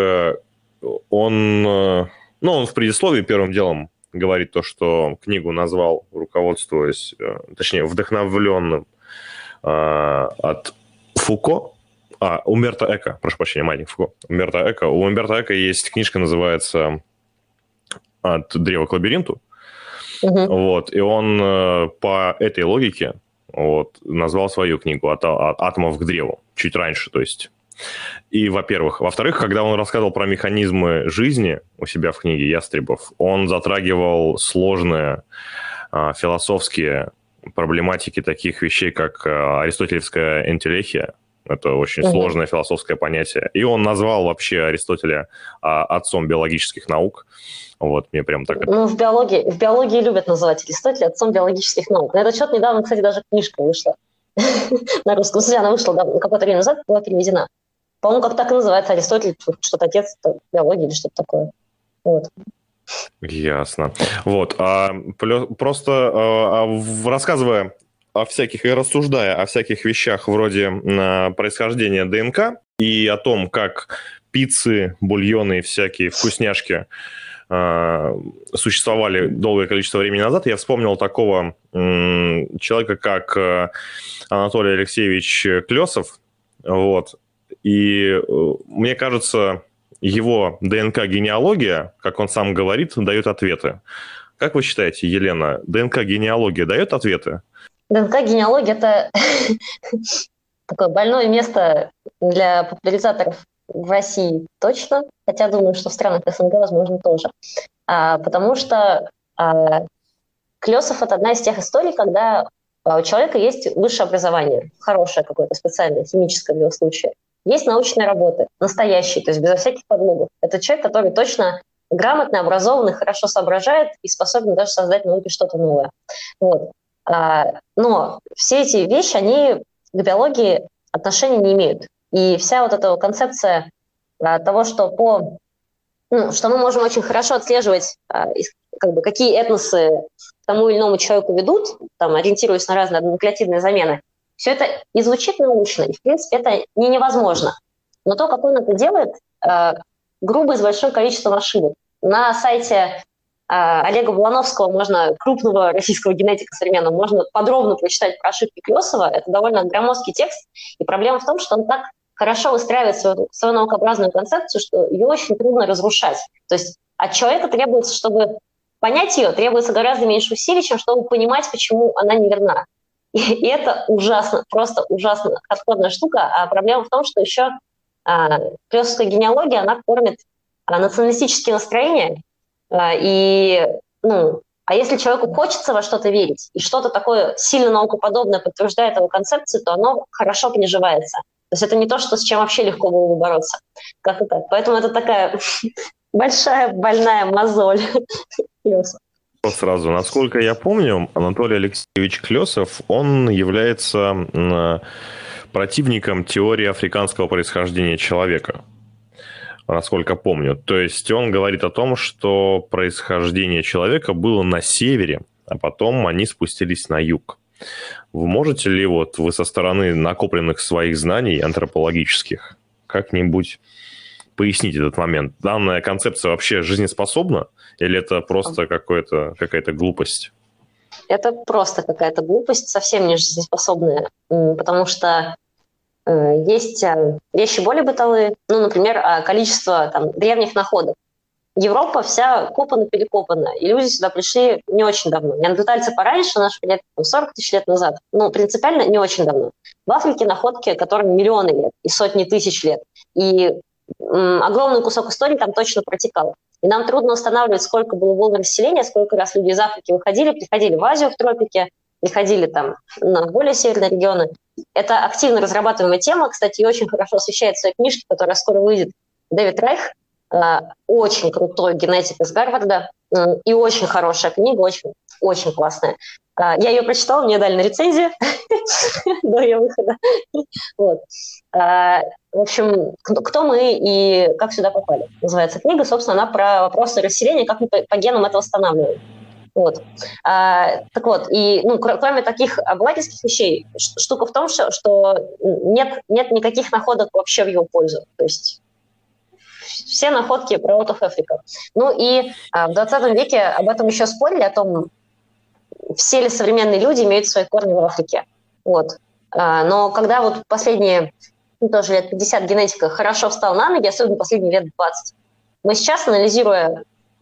он в предисловии первым делом говорит то, что книгу назвал, руководствуясь, точнее, вдохновленным от Фуко, Умберто Эко, прошу прощения, маленький Фуко, Умберто Эко. У Умберто Эко есть книжка, называется «От древа к лабиринту». Вот, и он по этой логике назвал свою книгу «От атомов к древу», чуть раньше, то есть. И, во-первых. Во-вторых, когда он рассказывал про механизмы жизни у себя в книге «Ястребов», он затрагивал сложные философские проблематики таких вещей, как аристотелевская энтелехия. Это очень сложное философское понятие. И он назвал вообще Аристотеля отцом биологических наук. Вот, мне прям так... в биологии любят называть Аристотеля отцом биологических наук. На этот счет недавно, кстати, даже книжка вышла на русском. Она вышла какое-то время назад, была переведена. По-моему, как так и называется Аристотель, что-то отец биологии или что-то такое. Вот. Ясно. Вот. Просто рассказывая о всяких и рассуждая о всяких вещах вроде происхождения ДНК и о том, как пиццы, бульоны и всякие вкусняшки существовали долгое количество времени назад, я вспомнил такого человека, как Анатолий Алексеевич Клесов. Вот. И мне кажется, его ДНК-генеалогия, как он сам говорит, дает ответы Как вы считаете, Елена, ДНК-генеалогия дает ответы? ДНК-генеалогия – это такое больное место для популяризаторов в России точно, хотя думаю, что в странах СНГ, возможно, тоже. Потому что Клёсов – это одна из тех историй, когда у человека есть высшее образование, хорошее какое-то специальное, химическое в его случае. Есть научные работы, настоящие, то есть безо всяких подлогов. Это человек, который точно грамотный, образованный, хорошо соображает и способен даже создать в науке что-то новое. Вот. Но все эти вещи, они к биологии отношения не имеют. И вся вот эта концепция того, что что мы можем очень хорошо отслеживать, какие этносы тому или иному человеку ведут, там, ориентируясь на разные нуклеотидные замены, все это и звучит научно, и, в принципе, это не невозможно. Но то, как он это делает, грубо и с большим количеством ошибок. На сайте Олега Булановского, крупного российского генетика современного, можно подробно прочитать про ошибки Клёсова. Это довольно громоздкий текст. И проблема в том, что он так хорошо выстраивает свою наукообразную концепцию, что ее очень трудно разрушать. То есть от человека требуется, чтобы понять ее, требуется гораздо меньше усилий, чем чтобы понимать, почему она неверна. И это ужасно, просто ужасно отходная штука. А проблема в том, что еще клёсовская генеалогия, она кормит националистические настроения. А если человеку хочется во что-то верить, и что-то такое сильно наукоподобное подтверждает его концепцию, то оно хорошо приживается. То есть это не то, с чем вообще легко было бы бороться. Как-то так. Поэтому это такая большая больная мозоль. Сразу, насколько я помню, Анатолий Алексеевич Клёсов, он является противником теории африканского происхождения человека, насколько помню. То есть он говорит о том, что происхождение человека было на севере, а потом они спустились на юг. Вы можете ли вы со стороны накопленных своих знаний антропологических как-нибудь пояснить этот момент? Данная концепция вообще жизнеспособна или это просто какая-то глупость? Это просто какая-то глупость, совсем не жизнеспособная, потому что есть вещи более бытовые, например, количество древних находок. Европа вся копана-перекопана, и люди сюда пришли не очень давно. Неандертальцы пораньше, наши предки 40 тысяч лет назад, принципиально не очень давно. В Африке находки, которым миллионы лет и сотни тысяч лет. И огромный кусок истории там точно протекал. И нам трудно устанавливать, сколько было волн расселения, сколько раз люди из Африки приходили в Азию в тропике, приходили на более северные регионы. Это активно разрабатываемая тема. Кстати, ее очень хорошо освещает в своей книжке, которая скоро выйдет, Дэвид Райх. Очень крутой генетик из Гарварда. И очень хорошая книга, очень, очень классная. Я ее прочитала, мне дали на рецензию до ее выхода. Вот. В общем, «Кто мы и как сюда попали» называется книга. Собственно, она про вопросы расселения, как мы по генам это восстанавливаем. Вот. Так вот, и кроме таких обывательских вещей, штука в том, что нет никаких находок вообще в его пользу. То есть все находки про Out of Africa. И в 20 веке об этом еще спорили, о том, все ли современные люди имеют свои корни в Африке. Вот. Но когда последние тоже лет 50 генетика хорошо встал на ноги, особенно последние лет 20, мы сейчас, анализируя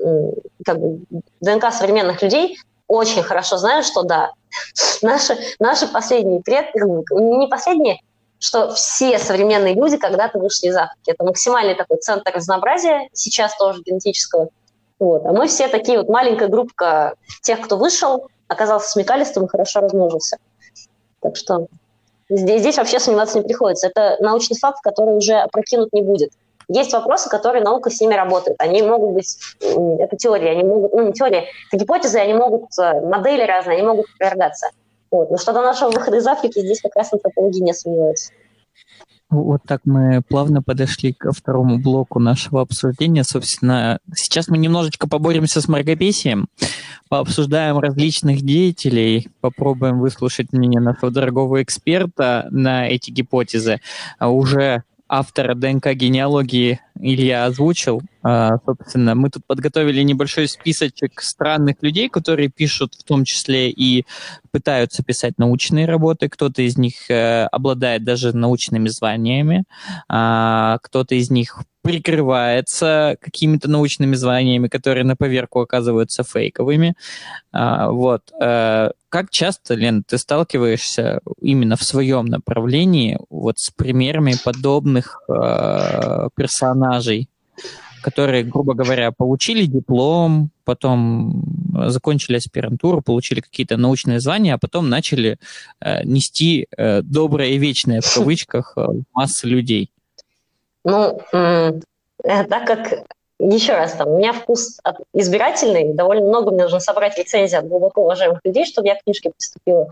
ДНК современных людей, очень хорошо знаем, что да, наши последние предки, не последние, что все современные люди когда-то вышли из Африки. Это максимальный такой центр разнообразия, сейчас тоже генетического. Вот. А мы все такие маленькая группка тех, кто вышел, оказался смекалистым и хорошо размножился. Так что здесь вообще сомневаться не приходится. Это научный факт, который уже опрокинут не будет. Есть вопросы, которые наука с ними работает. Они могут быть, это теории, они могут, не теории, это гипотезы, они могут, модели разные, они могут опровергаться. Вот. Но что до нашего выхода из Африки, здесь как раз антропологи не сомневаются. Вот так мы плавно подошли ко второму блоку нашего обсуждения. Собственно, сейчас мы немножечко поборемся с мракобесием, пообсуждаем различных деятелей, попробуем выслушать мнение нашего дорогого эксперта на эти гипотезы. Уже автора ДНК-генеалогии Илья озвучил. Собственно, мы тут подготовили небольшой списочек странных людей, которые пишут, в том числе и пытаются писать научные работы. Кто-то из них обладает даже научными званиями, кто-то из них прикрывается какими-то научными званиями, которые на поверку оказываются фейковыми. Вот. Как часто, Лен, ты сталкиваешься именно в своем направлении вот с примерами подобных персонажей, которые, грубо говоря, получили диплом, потом закончили аспирантуру, получили какие-то научные звания, а потом начали нести доброе и вечное, в кавычках, массы людей? Ну, так как, еще раз, там, у меня вкус избирательный, довольно много мне нужно собрать рецензий от глубоко уважаемых людей, чтобы я к книжке приступила,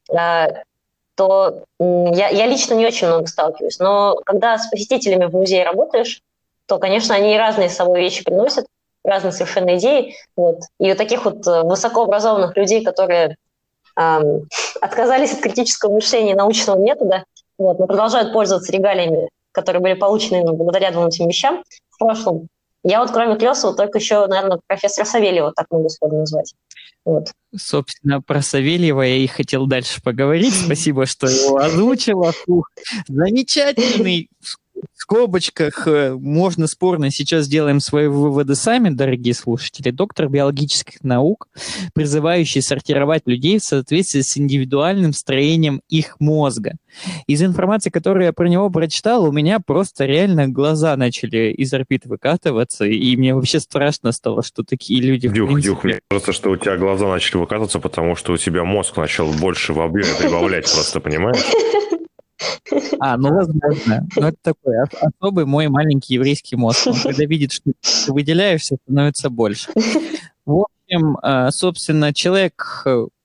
то я лично не очень много сталкиваюсь. Но когда с посетителями в музее работаешь, то, конечно, они разные с собой вещи приносят, разные совершенно идеи. Вот. И вот таких вот высокообразованных людей, которые отказались от критического мышления и научного метода, вот, но продолжают пользоваться регалиями, которые были получены именно благодаря двум этим вещам в прошлом. Я вот, кроме Клёсова, только еще, наверное, профессора Савельева так могу сходу назвать. Вот. Собственно, про Савельева я и хотел дальше поговорить. Спасибо, что его озвучила. Замечательный. В скобочках можно спорно, сейчас сделаем свои выводы сами, дорогие слушатели. Доктор биологических наук, призывающий сортировать людей в соответствии с индивидуальным строением их мозга. Из информации, которую я про него прочитал, у меня просто реально глаза начали из орбит выкатываться, и мне вообще страшно стало, что такие люди... Дюх, мне кажется, что у тебя глаза начали выкатываться, потому что у тебя мозг начал больше в объеме прибавлять просто, понимаешь? Ну, возможно. Но это такой особый мой маленький еврейский мозг. Он, когда видит, что ты выделяешься, становится больше. В общем, собственно, человек,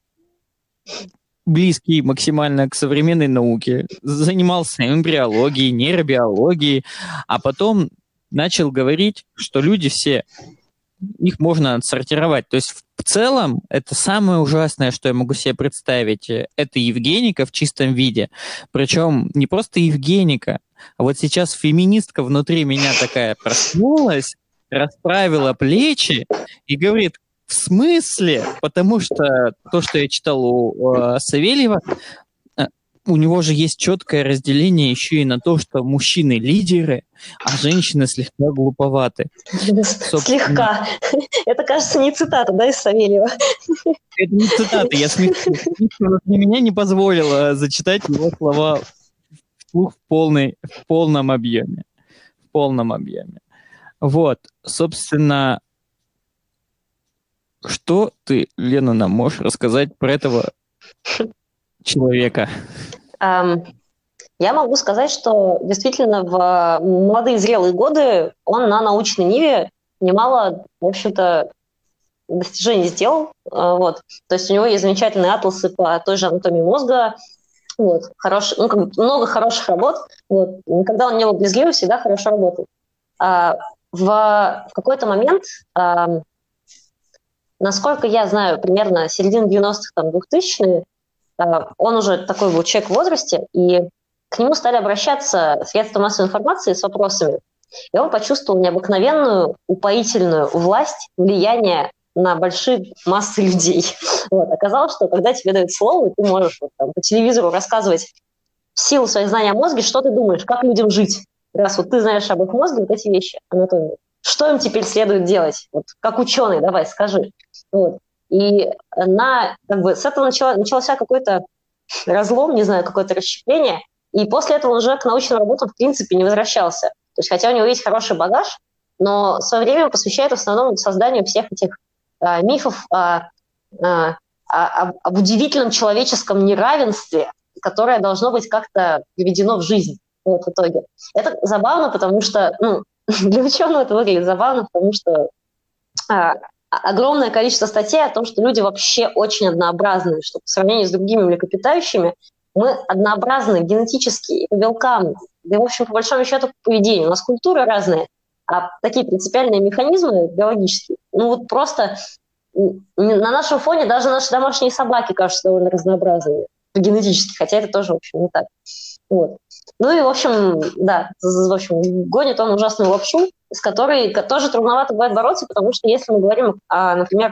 близкий максимально к современной науке, занимался эмбриологией, нейробиологией, а потом начал говорить, что люди все, их можно отсортировать. То есть в целом это самое ужасное, что я могу себе представить. Это Евгеника в чистом виде. Причем не просто Евгеника, а вот сейчас феминистка внутри меня такая проснулась, расправила плечи и говорит: в смысле? Потому что то, что я читал у Савельева, у него же есть четкое разделение еще и на то, что мужчины лидеры, а женщины слегка глуповаты. Слегка. Это, кажется, не цитата, да, из Савельева? Это не цитата, я смеюсь. Меня не позволило зачитать его слова вслух в полном объеме. В полном объеме. Вот, собственно, что ты, Лена, нам можешь рассказать про этого человека? Я могу сказать, что действительно в молодые зрелые годы он на научной ниве немало, в общем-то, достижений сделал. Вот. То есть у него есть замечательные атласы по той же анатомии мозга, вот. Много хороших работ. Вот. Когда он не был брезгливый, всегда хорошо работал. В какой-то момент, насколько я знаю, примерно середина 90-х, 2000-е, он уже такой был человек в возрасте, и к нему стали обращаться средства массовой информации с вопросами. И он почувствовал необыкновенную, упоительную власть, влияние на большие массы людей. Вот. Оказалось, что когда тебе дают слово, и ты можешь по телевизору рассказывать в силу своих знаний о мозге, что ты думаешь, как людям жить. Раз вот ты знаешь об их мозге, вот эти вещи, анатомию. Что им теперь следует делать? Вот, как ученый, давай, скажи. Вот. И с этого начался какой-то разлом, не знаю, какое-то расщепление, и после этого он уже к научным работам в принципе не возвращался. То есть, хотя у него есть хороший багаж, но свое время он посвящает в основном созданию всех этих мифов об удивительном человеческом неравенстве, которое должно быть как-то приведено в жизнь в итоге. Это забавно, потому что, для ученого это выглядит забавно, потому что огромное количество статей о том, что люди вообще очень однообразны, что по сравнению с другими млекопитающими мы однообразны генетически и по белкам, да и, в общем, по большому счету, по поведению. У нас культуры разные, а такие принципиальные механизмы биологические, просто на нашем фоне даже наши домашние собаки кажутся довольно разнообразными генетически, хотя это тоже, в общем, не так. Вот. И, в общем, гонит он ужасную лапшу, с которой тоже трудновато бывает бороться, потому что если мы говорим, например,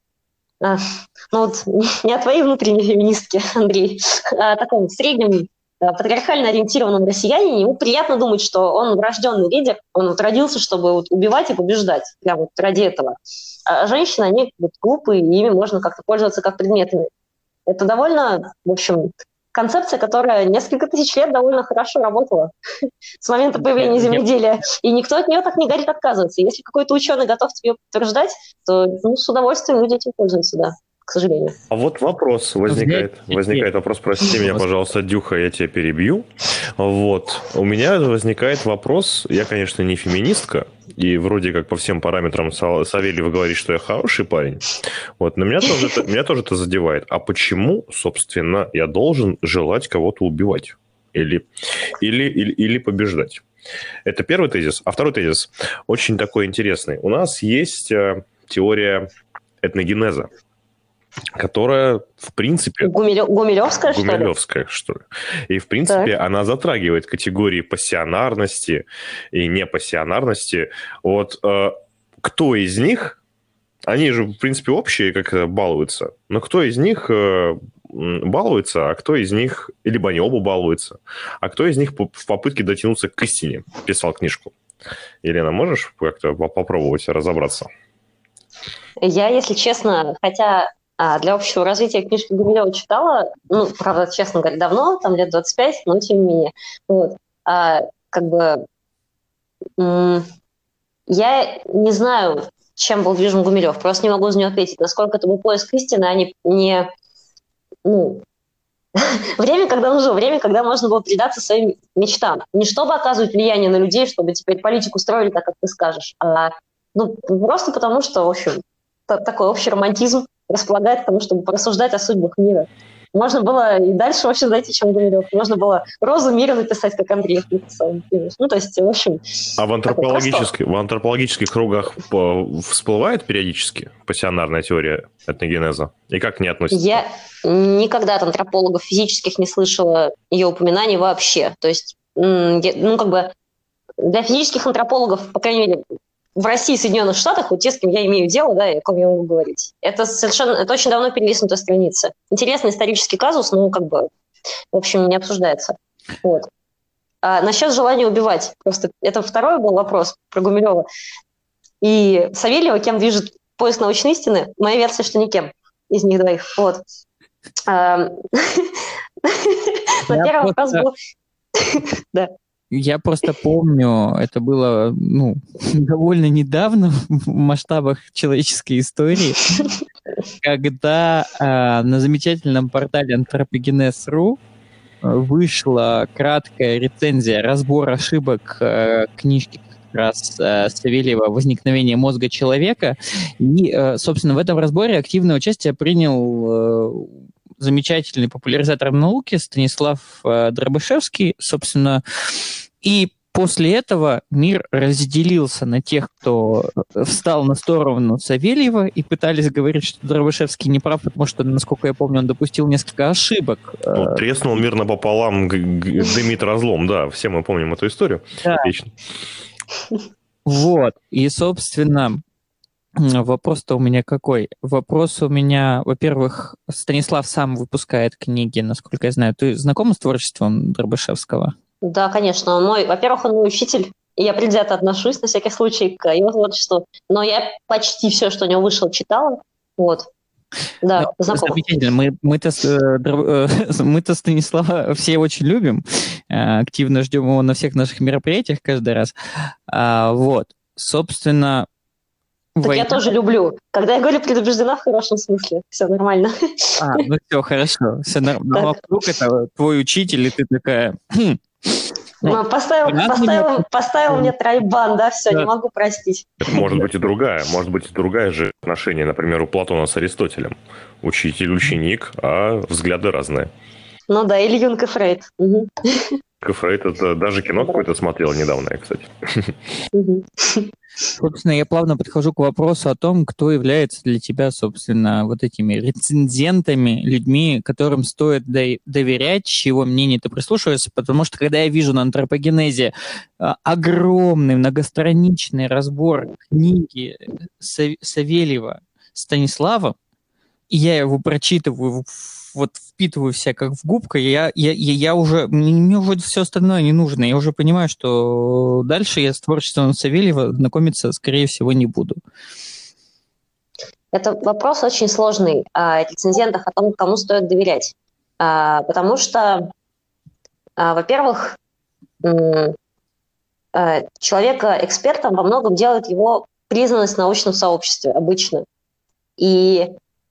не о твоей внутренней феминистке, Андрей, а о таком среднем патриархально ориентированном россиянине ему приятно думать, что он врожденный лидер, он вот родился, чтобы вот убивать и побеждать, прям вот ради этого. А женщины, они вот глупые, и ими можно как-то пользоваться как предметами. Это довольно, в общем, концепция, которая несколько тысяч лет довольно хорошо работала с момента появления земледелия, и никто от нее так не горит отказываться. Если какой-то ученый готов тебе подтверждать, то с удовольствием люди этим пользуются, да, к сожалению. А вот вопрос возникает вопрос, прости меня, пожалуйста, Дюха, я тебя перебью. Вот, у меня возникает вопрос, я, конечно, не феминистка, и вроде как по всем параметрам Савельева говорит, что я хороший парень, вот, но меня тоже это задевает. А почему, собственно, я должен желать кого-то убивать? Или побеждать? Это первый тезис. А второй тезис очень такой интересный. У нас есть теория этногенеза, которая, в принципе... Гумилевская, что ли? Гумилевская, что ли. И, в принципе, она затрагивает категории пассионарности и непассионарности. Вот кто из них, они же, в принципе, общие, как балуются, но кто из них балуется, а кто из них, либо они оба балуются, а кто из них в попытке дотянуться к истине писал книжку? Елена, можешь как-то попробовать разобраться? Я, если честно, хотя... для общего развития книжки Гумилева читала, ну, правда, честно говоря, давно, там лет 25, но тем не менее. Вот. Я не знаю, чем был движим Гумилев, просто не могу за него ответить, насколько это был поиск истины, а не время, когда можно было предаться своим мечтам. Не чтобы оказывать влияние на людей, чтобы теперь политику строили так, как ты скажешь, а просто потому, что, в общем, такой общий романтизм располагает к тому, чтобы порассуждать о судьбах мира. Можно было и дальше вообще, знаете, чем Гумилев. Можно было «Розу мира» написать, как Андреев написал. Ну, то есть, в общем... А в антропологических кругах всплывает периодически пассионарная теория этногенеза? И как к ней относится? Я никогда от антропологов физических не слышала ее упоминаний вообще. То есть, для физических антропологов, по крайней мере, в России и Соединенных Штатах, вот те, с кем я имею дело, да, и о ком я могу говорить, это очень давно перелистнутая страница. Интересный исторический казус, в общем, не обсуждается. Вот. А насчет желания убивать, просто это второй был вопрос про Гумилева. И Савельева, кем движет поиск научной истины, моя версия, что никем из них двоих. Вот. На первый вопрос был... Да. Я просто помню, это было довольно недавно в масштабах человеческой истории, когда на замечательном портале Anthropogenes.ru вышла краткая рецензия, разбор ошибок книжки как раз Савельева «Возникновение мозга человека». И, собственно, в этом разборе активное участие принял замечательный популяризатор науки Станислав Дробышевский, собственно, и после этого мир разделился на тех, кто встал на сторону Савельева и пытались говорить, что Дробышевский не прав, потому что, насколько я помню, он допустил несколько ошибок. Треснул мир напополам, дымит разлом, да, все мы помним эту историю. Да. Отлично. Вот, и, собственно... Вопрос-то у меня какой? Вопрос у меня, во-первых, Станислав сам выпускает книги, насколько я знаю. Ты знакома с творчеством Дробышевского? Да, конечно. Во-первых, он мой учитель, и я предвзято отношусь, на всякий случай, к его творчеству. Но я почти все, что у него вышло, читала. Вот. Да, знакома. Замечательно. Мы-то Станислава все очень любим. Активно ждем его на всех наших мероприятиях каждый раз. Вот. Собственно... Так я тоже люблю. Когда я говорю «предубеждена» в хорошем смысле. Все нормально. Все хорошо. Все нормально. А вдруг это твой учитель, и ты такая... Поставил мне тройбан, да, все, не могу простить. Это может быть и другая же отношение, например, у Платона с Аристотелем. Учитель-ученик, а взгляды разные. Ну да, или Юнг и Фрейд. Угу. Фрейд, это даже кино какое-то смотрел недавно, кстати. Собственно, я плавно подхожу к вопросу о том, кто является для тебя, собственно, вот этими рецензентами, людьми, которым стоит доверять, чьего мнению ты прислушиваешься, потому что когда я вижу на антропогенезе огромный многостраничный разбор книги Савельева Станислава, я его прочитываю, вот впитываю все как в губка, я уже, мне уже все остальное не нужно. Я уже понимаю, что дальше я с творчеством Савельева знакомиться, скорее всего, не буду. Это вопрос очень сложный о рецензентах, о том, кому стоит доверять. Потому что, во-первых, человека экспертом во многом делает его признанность в научном сообществе обычно. И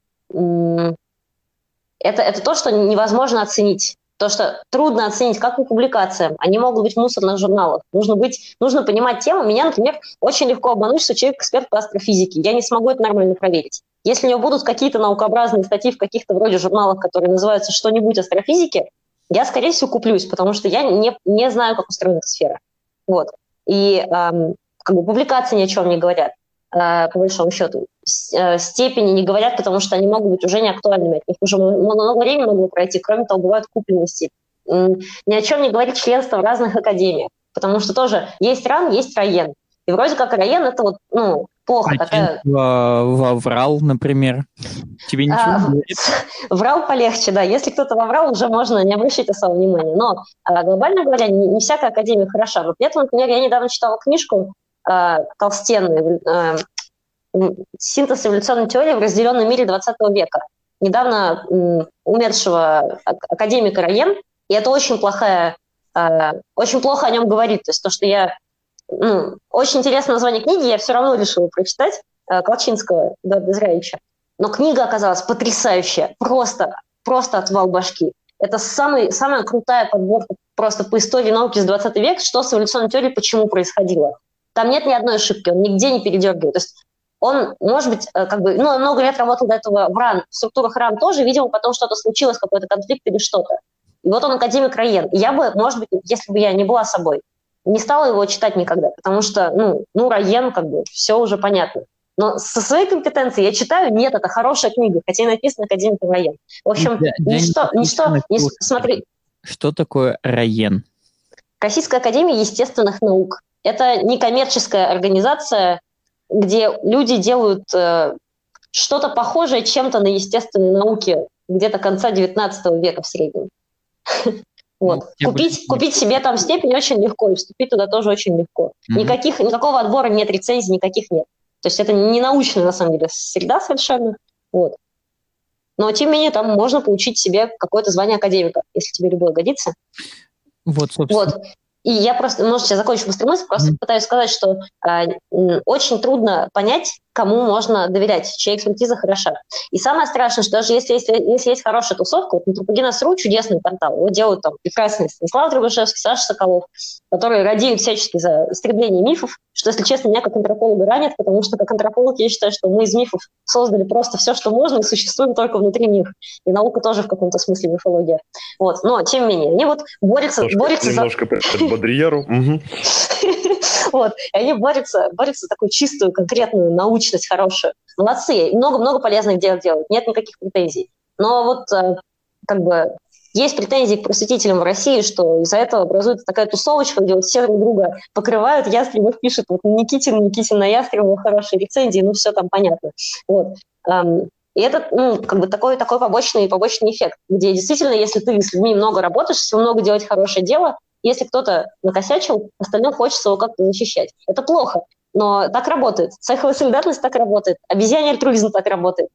это то, что невозможно оценить. То, что трудно оценить, как по публикациям. Они могут быть в мусорных журналах. Нужно понимать тему. Меня, например, очень легко обмануть, что человек эксперт по астрофизике. Я не смогу это нормально проверить. Если у него будут какие-то наукообразные статьи в каких-то вроде журналах, которые называются «Что-нибудь астрофизики», я, скорее всего, куплюсь, потому что я не знаю, как устроена эта сфера. Вот. И публикации ни о чем не говорят, по большому счету. Степени не говорят, потому что они могут быть уже не актуальными. От них уже много времени могло пройти. Кроме того, бывают купленные степени. Ни о чем не говорит членство в разных академиях, потому что тоже есть РАН, есть РАЕН. И вроде как РАЕН — это плохо. Воврал, например. Тебе ничего не говорит? Врал полегче, да. Если кто-то воврал, уже можно не обращать особого внимания. Но, глобально говоря, не всякая академия хороша. Вот при этом, например, я недавно читала книжку толстенную «Синтез эволюционной теории в разделенном мире 20 века». Недавно умершего академика Раен, и это очень плохо о нем говорит. То есть то, что я... очень интересное название книги, я все равно решила прочитать, Колчинского Эдуарда Израилевича. Но книга оказалась потрясающая, просто отвал башки. Это самая крутая подборка просто по истории науки с 20 века, что с эволюционной теорией, почему происходило. Там нет ни одной ошибки, он нигде не передергивает. То есть он, может быть, много лет работал до этого в РАН, в структурах РАН тоже, видимо, потом что-то случилось, какой-то конфликт или что-то. И вот он академик Раен. И я бы, может быть, если бы я не была собой, не стала его читать никогда, потому что, Раен, все уже понятно. Но со своей компетенцией я читаю, нет, это хорошая книга, хотя и написано академиком Раен. В общем, смотри. Что такое Раен? Российская академия естественных наук. Это некоммерческая организация, где люди делают что-то похожее чем-то на естественные науки где-то конца 19 века в среднем. Вот. Купить себе там степень очень легко, и вступить туда тоже очень легко. Никакого отбора нет, рецензий никаких нет. То есть это не научная, на самом деле, среда совершенно. Вот. Но, тем не менее, там можно получить себе какое-то звание академика, если тебе любое годится. Вот, собственно. Вот. И я просто, может, я закончу быструю мысль, просто пытаюсь сказать, что очень трудно понять, кому можно доверять, чья экспертиза хороша. И самое страшное, что даже если есть хорошая тусовка, вот Anthropogenes.ru чудесный портал, его делают там прекрасные Станислав Дробышевский, Саша Соколов, которые радеют всячески за истребление мифов, что, если честно, меня как антрополога ранит, потому что как антрополог я считаю, что мы из мифов создали просто все, что можно, и существуем только внутри них. И наука тоже в каком-то смысле мифология. Вот. Но, тем не менее, они вот борются немножко Бодрьеру. Вот. И они борются за такую чистую, конкретную научность хорошую. Молодцы. Много-много полезных дел делают. Нет никаких претензий. Но вот есть претензии к просветителям в России, что из-за этого образуется такая тусовочка, где вот все друг друга покрывают. Ястребов пишет, вот Никитин на Ястребова хорошие рецензии, все там понятно. Вот. И это такой побочный эффект, где действительно, если ты с людьми много работаешь, если много делать хорошее дело, если кто-то накосячил, остальным хочется его как-то защищать. Это плохо, но так работает. Цеховая солидарность так работает. Обезьяний альтруизм так работает.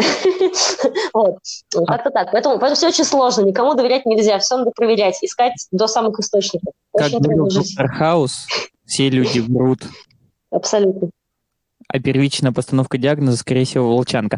Вот. Как-то так. Поэтому все очень сложно. Никому доверять нельзя. Все надо проверять, искать до самых источников. Очень трудно жить. Как Хаус, все люди врут. Абсолютно. А первичная постановка диагноза, скорее всего, волчанка.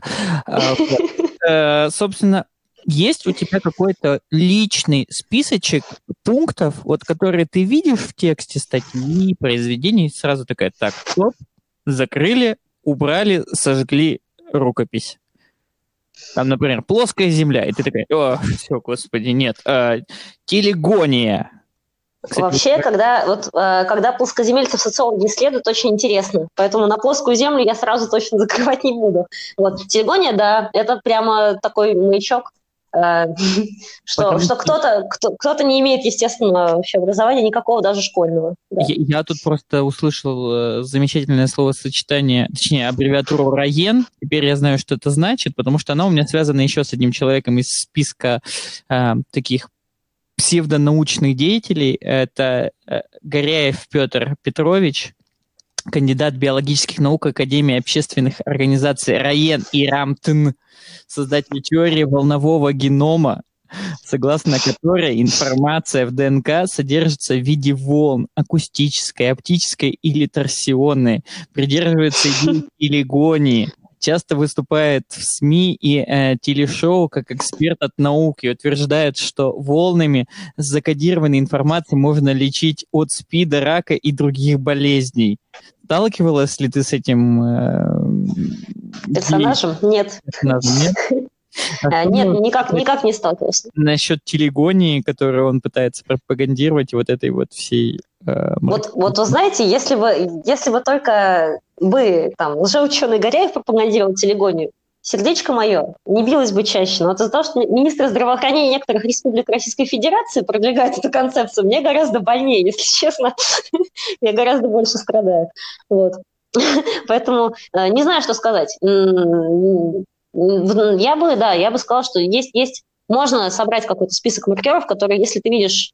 Собственно, есть у тебя какой-то личный списочек пунктов, вот, которые ты видишь в тексте статьи, произведений, сразу такая, так, стоп, закрыли, убрали, сожгли рукопись. Там, например, плоская земля, и ты такая, все, господи, нет. Телегония. Кстати, вообще, когда плоскоземельцев социологи исследуют, очень интересно. Поэтому на плоскую землю я сразу точно закрывать не буду. Вот. Телегония, да, это прямо такой маячок. что кто-то не имеет естественного вообще образования, никакого, даже школьного. Да. Я тут просто услышал замечательное словосочетание, точнее, аббревиатуру РАЕН. Теперь я знаю, что это значит, потому что она у меня связана еще с одним человеком из списка таких псевдонаучных деятелей. Это Горяев Петр Петрович, кандидат биологических наук Академии общественных организаций РАЕН и РАМТН, создатель теории волнового генома, согласно которой информация в ДНК содержится в виде волн акустической, оптической или торсионной, придерживается идеи телегонии, часто выступает в СМИ и телешоу как эксперт от науки, утверждает, что волнами закодированной информацией можно лечить от СПИДа, рака и других болезней. Сталкивалась ли ты с этим персонажем? Нет. Нет? Нет, никак не сталкивался. Насчет телегонии, которую он пытается пропагандировать, вот этой вот всей... Вот вы знаете, если бы только там лжеученый Горяев пропагандировал телегонию, сердечко мое не билось бы чаще. Но вот из-за того, что министр здравоохранения некоторых республик Российской Федерации продвигает эту концепцию, мне гораздо больнее, если честно. Я гораздо больше страдаю. Вот. Поэтому не знаю, что сказать. Я бы сказала, что можно собрать какой-то список маркеров, которые, если ты видишь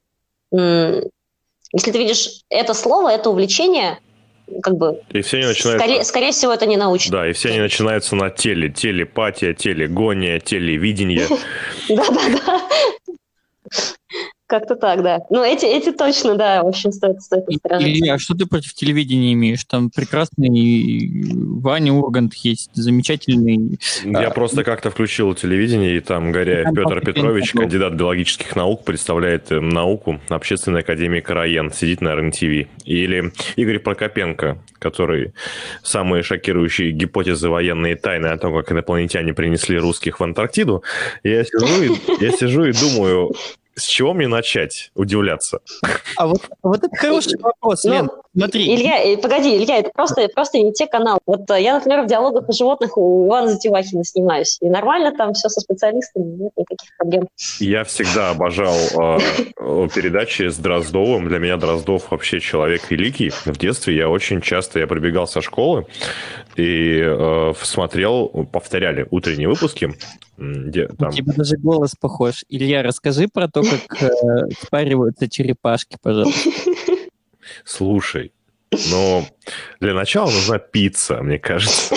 это слово, это увлечение, как бы, и все они начинаются... скорее всего, это не научно. Да, и все они начинаются на телепатия, телегония, телевидение. Да. Как-то так, да. Ну, эти точно, да, в общем, стоит насторожиться. Илья, а что ты против телевидения имеешь? Там прекрасный Ваня Ургант есть, замечательный... Я просто как-то включил телевидение, и там Горяев Петр Петрович, кандидат биологических наук, представляет науку Общественной академии КаРаЕН, сидит на РЕН-ТВ. Или Игорь Прокопенко, который самые шокирующие гипотезы военные тайны о том, как инопланетяне принесли русских в Антарктиду. Я сижу и думаю... С чего мне начать удивляться? А вот это хороший вопрос, Лен. Смотри. Илья, это просто не те каналы. Вот я, например, в «Диалогах о животных» у Ивана Затевахина снимаюсь. И нормально там все со специалистами, нет никаких проблем. Я всегда обожал передачи с Дроздовым. Для меня Дроздов вообще человек великий. В детстве я прибегал со школы и смотрел, повторяли утренние выпуски. У тебя даже голос похож. Илья, расскажи про то, как спариваются черепашки, пожалуйста. Слушай, для начала нужна пицца, мне кажется.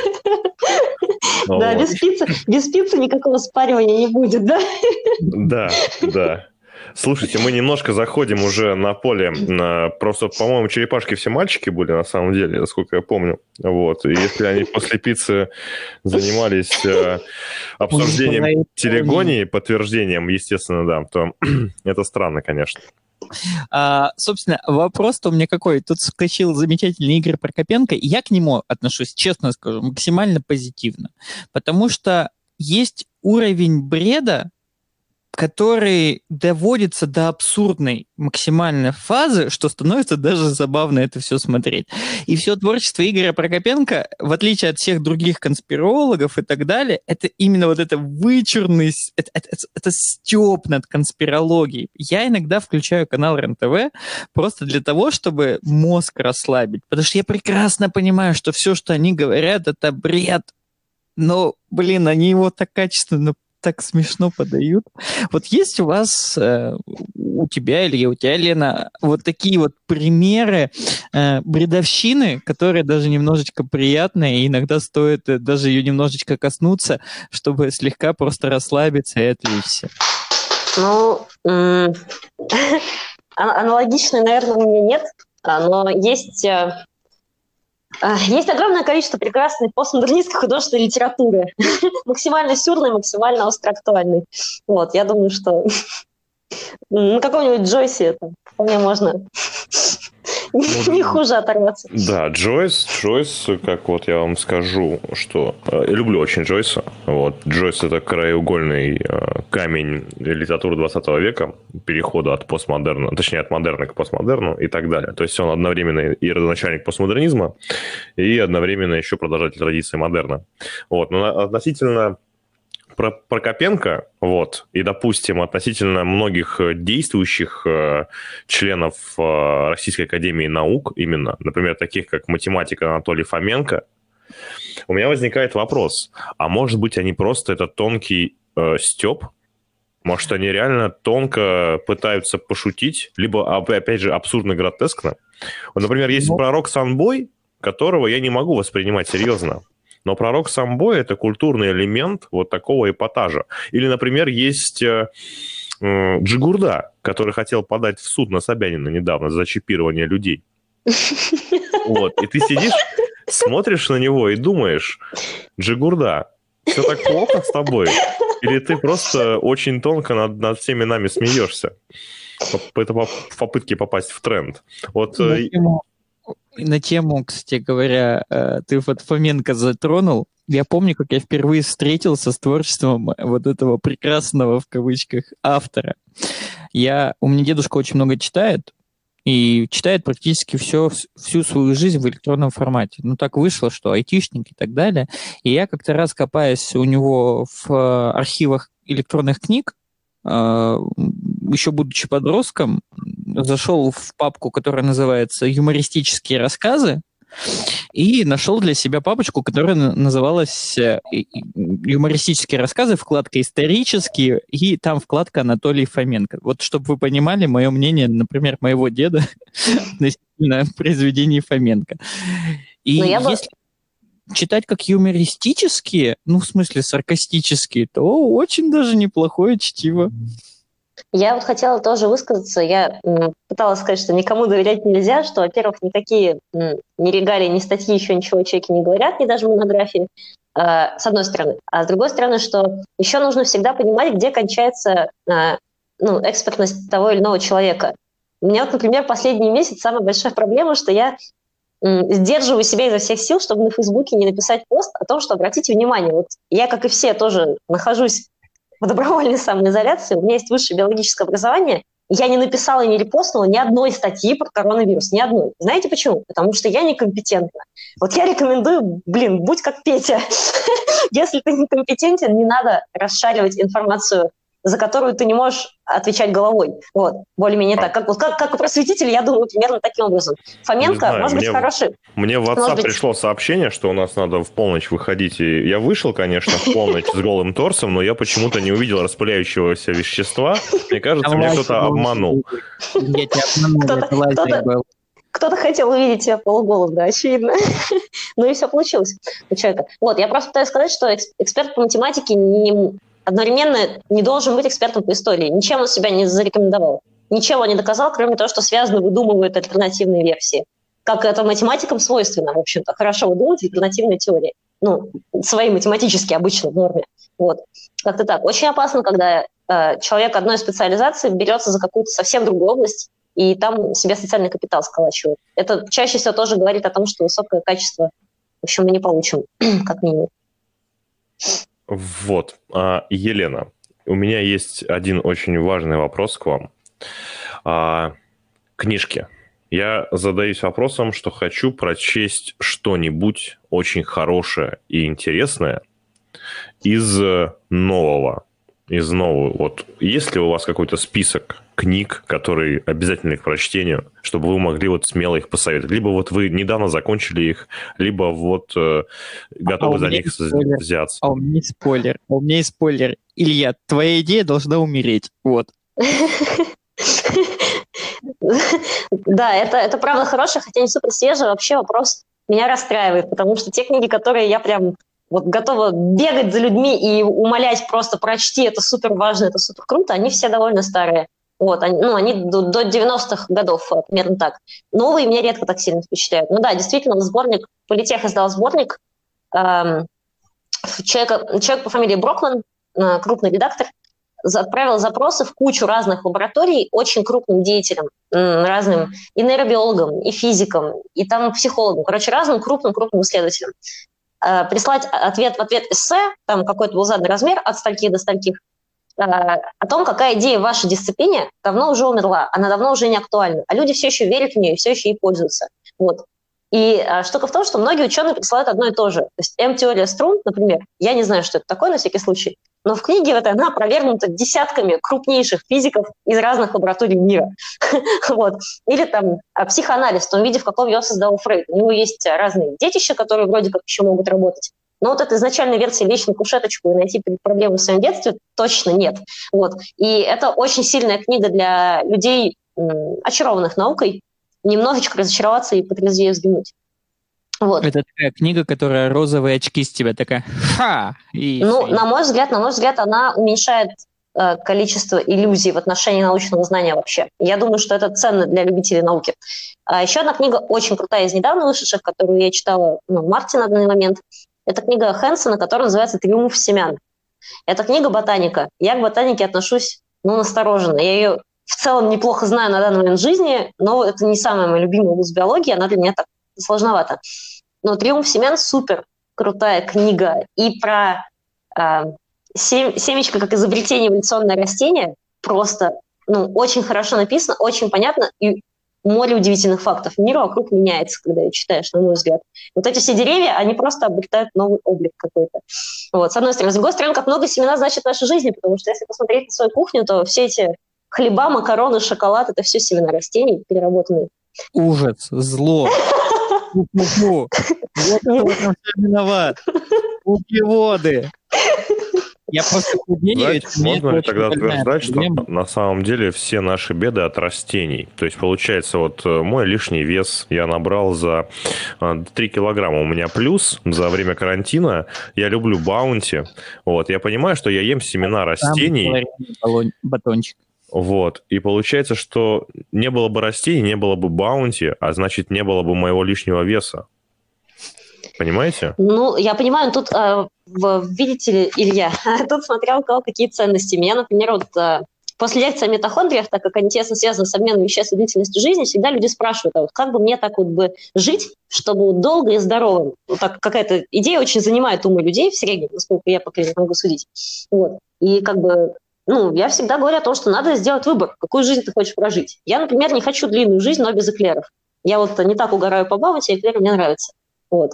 Да, без пиццы никакого спаривания не будет, да? Да. Слушайте, мы немножко заходим уже на поле. Просто, по-моему, черепашки все мальчики были, на самом деле, насколько я помню. Вот. И если они после пиццы занимались обсуждением телегонии, подтверждением, естественно, да, то это странно, конечно. Собственно, вопрос-то у меня какой? Тут вскочил замечательный Игорь Прокопенко, и я к нему отношусь, честно скажу, максимально позитивно. Потому что есть уровень бреда, который доводится до абсурдной максимальной фазы, что становится даже забавно это все смотреть. И все творчество Игоря Прокопенко, в отличие от всех других конспирологов и так далее, это именно вот это вычурный, это стёб над конспирологией. Я иногда включаю канал РЕН-ТВ просто для того, чтобы мозг расслабить, потому что я прекрасно понимаю, что все, что они говорят, это бред. Но, они его так качественно так смешно подают. Вот есть у вас, у тебя или у тебя, Лена, вот такие вот примеры бредовщины, которые даже немножечко приятные, и иногда стоит даже ее немножечко коснуться, чтобы слегка просто расслабиться и отвлечься? Аналогичной, наверное, у меня нет, но есть огромное количество прекрасной постмодернистской художественной литературы. Максимально сюрной, максимально остроактуальной. Вот, я думаю, что на каком-нибудь Джойсе это вполне можно не хуже оторваться. Да, Джойс, как вот я вам скажу, что я люблю очень Джойса. Вот. Джойс — это краеугольный камень литературы 20 века, перехода от постмодерна, точнее, от модерна к постмодерну и так далее. То есть он одновременно и родоначальник постмодернизма, и одновременно еще продолжатель традиции модерна. Вот. Но относительно Прокопенко, вот, и, допустим, относительно многих действующих членов Российской академии наук, именно, например, таких как математик Анатолий Фоменко, у меня возникает вопрос, а может быть, они просто это тонкий стёб? Может, они реально тонко пытаются пошутить, либо, опять же, абсурдно-гротескно? Вот, например, есть пророк Санбой, которого я не могу воспринимать серьезно. Но пророк Самбой – это культурный элемент вот такого эпатажа. Или, например, есть Джигурда, который хотел подать в суд на Собянина недавно за чипирование людей. Вот. И ты сидишь, смотришь на него и думаешь, Джигурда, все так плохо с тобой? Или ты просто очень тонко над всеми нами смеешься? Это попытки попасть в тренд. Вот... На тему, кстати говоря, ты вот Фоменко затронул. Я помню, как я впервые встретился с творчеством вот этого прекрасного, в кавычках, автора. У меня дедушка очень много читает, и читает практически всю свою жизнь в электронном формате. Ну, так вышло, что айтишник и так далее. И я как-то раз, копаясь у него в архивах электронных книг, еще будучи подростком, зашел в папку, которая называется «Юмористические рассказы», и нашел для себя папочку, которая называлась «Юмористические рассказы», вкладка «Исторические», и там вкладка «Анатолий Фоменко». Вот чтобы вы понимали мое мнение, например, моего деда относительно произведений Фоменко. И если читать как юмористические, ну, в смысле саркастические, то очень даже неплохое чтиво. Я вот хотела тоже высказаться. Я пыталась сказать, что никому доверять нельзя, что, во-первых, никакие ни регалии, ни статьи еще ничего о человеке не говорят, ни даже монографии, с одной стороны. А с другой стороны, что еще нужно всегда понимать, где кончается экспертность того или иного человека. У меня вот, например, последний месяц самая большая проблема, что я сдерживаю себя изо всех сил, чтобы на Фейсбуке не написать пост о том, что, обратите внимание, вот я, как и все, тоже нахожусь в добровольной самоизоляции, у меня есть высшее биологическое образование, и я не написала и не репостнула ни одной статьи про коронавирус, ни одной. Знаете почему? Потому что я некомпетентна. Вот я рекомендую, будь как Петя. Если ты некомпетентен, не надо расшаривать информацию, за которую ты не можешь отвечать головой. Вот, более-менее так. Как просветитель, я думаю, примерно таким образом. Фоменко, может быть, хороший. Мне в WhatsApp пришло сообщение, что у нас надо в полночь выходить. И я вышел, конечно, в полночь с голым торсом, но я почему-то не увидел распыляющегося вещества. Мне кажется, меня кто-то обманул. Я тебя обманул, кто-то хотел увидеть тебя полуголым, да, очевидно. Ну и все получилось у человека. Вот, я просто пытаюсь сказать, что эксперт по математике одновременно не должен быть экспертом по истории. Ничем он себя не зарекомендовал. Ничего не доказал, кроме того, что связано выдумывают альтернативные версии. Как это математикам свойственно, в общем-то. Хорошо выдумывать альтернативные теории. Ну, свои математические обычно в норме. Вот. Как-то так. Очень опасно, когда человек одной специализации берется за какую-то совсем другую область и там себе социальный капитал сколачивает. Это чаще всего тоже говорит о том, что высокое качество, в общем, мы не получим, как минимум. Вот, Елена, у меня есть один очень важный вопрос к вам. Книжки. Я задаюсь вопросом, что хочу прочесть что-нибудь очень хорошее и интересное из нового. Вот есть ли у вас какой-то список книг, которые обязательны к прочтению, чтобы вы могли вот смело их посоветовать? Либо вот вы недавно закончили их, либо вот готовы за них взяться. У меня есть спойлер. Илья, твоя идея должна умереть. Вот. Да, это правда хорошее, хотя не супер свежий. Вообще вопрос меня расстраивает, потому что те книги, которые я прям вот готова бегать за людьми и умолять просто прочти, это супер важно, это супер круто, они все довольно старые. Вот, они до 90-х годов, примерно так. Новые меня редко так сильно впечатляют. Ну да, действительно, сборник, Политех издал сборник. Человек по фамилии Брокман, крупный редактор, отправил запросы в кучу разных лабораторий очень крупным деятелям, разным и нейробиологам, и физикам, и там психологам, разным крупным исследователям. Прислать ответ в ответ эссе, там какой-то был задан размер от стольких до стольких, о том, какая идея в вашей дисциплине давно уже умерла, она давно уже не актуальна, а люди все еще верят в нее и все еще ей пользуются. Вот. И штука в том, что многие ученые присылают одно и то же. То есть М-теория струн, например, я не знаю, что это такое на всякий случай, но в книге вот она опровергнута десятками крупнейших физиков из разных лабораторий мира. Вот. Или там психоанализ в том виде, в каком его создал Фрейд. У него есть разные детища, которые вроде как еще могут работать. Но вот этой изначальной версии лечь на кушеточку и найти проблему в своем детстве точно нет. Вот. И это очень сильная книга для людей, очарованных наукой, немножечко разочароваться и потрезвее взглянуть. Вот. Это такая книга, которая розовые очки с тебя такая. Ха! На мой взгляд, она уменьшает количество иллюзий в отношении научного знания вообще. Я думаю, что это ценно для любителей науки. Еще одна книга очень крутая из недавно вышедших, которую я читала в марте на данный момент. Это книга Хэнсона, которая называется «Триумф семян». Это книга ботаника. Я к ботанике отношусь настороженно. Я ее в целом неплохо знаю на данный момент жизни, но это не самая моя любимая область биологии, она для меня так сложновато. Но «Триумф семян» супер крутая книга и про семечко как изобретение эволюционное растение. Просто очень хорошо написано, очень понятно, и море удивительных фактов. Мир вокруг меняется, когда ее читаешь, на мой взгляд. Вот эти все деревья, они просто обретают новый облик какой-то. Вот, с одной стороны. С другой стороны, как много семена значит в нашей жизни, потому что если посмотреть на свою кухню, то все эти хлеба, макароны, шоколад – это все семена растений переработанные. Ужас, зло. Вот кто там все виноват. Углеводы. Я просто худею. Можно ли тогда утверждать, что на самом деле все наши беды от растений? То есть, получается, вот мой лишний вес я набрал за 3 килограмма. У меня плюс за время карантина. Я люблю баунти. Вот. Я понимаю, что я ем семена растений. Батончик. Вот. И получается, что не было бы растений, не было бы баунти, а значит, не было бы моего лишнего веса. Понимаете? Я понимаю, тут, видите ли, Илья, тут смотря у кого какие ценности. Меня, например, после лекции о митохондриях, так как они тесно связаны с обменом веществ и длительностью жизни, всегда люди спрашивают, как бы мне так бы жить, чтобы долго и здоровым. Вот так какая-то идея очень занимает умы людей в среднем, насколько я пока не могу судить. Вот. И я всегда говорю о том, что надо сделать выбор, какую жизнь ты хочешь прожить. Я, например, не хочу длинную жизнь, но без эклеров. Я не так угораю по баунти, эклеры мне нравятся. Вот.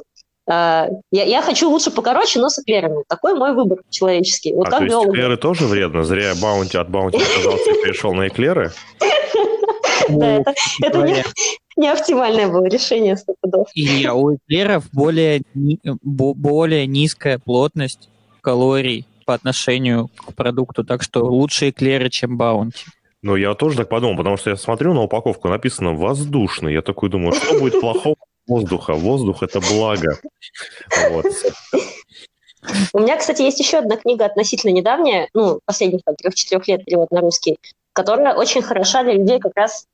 Я хочу лучше покороче, но с эклерами. Такой мой выбор человеческий. Вот то есть эклеры тоже вредно? Зря я от баунти отказался и перешел на эклеры? Да, это не оптимальное было решение 100 пудов. И у эклеров более низкая плотность калорий по отношению к продукту, так что лучше эклеры, чем баунти. Я тоже так подумал, потому что я смотрю на упаковку, написано «воздушный». Я такой думаю, что будет плохого воздуха? Воздух – это благо. Вот. У меня, кстати, есть еще одна книга относительно недавняя, последних 3-4 лет перевод на русский, которая очень хороша для людей как раз.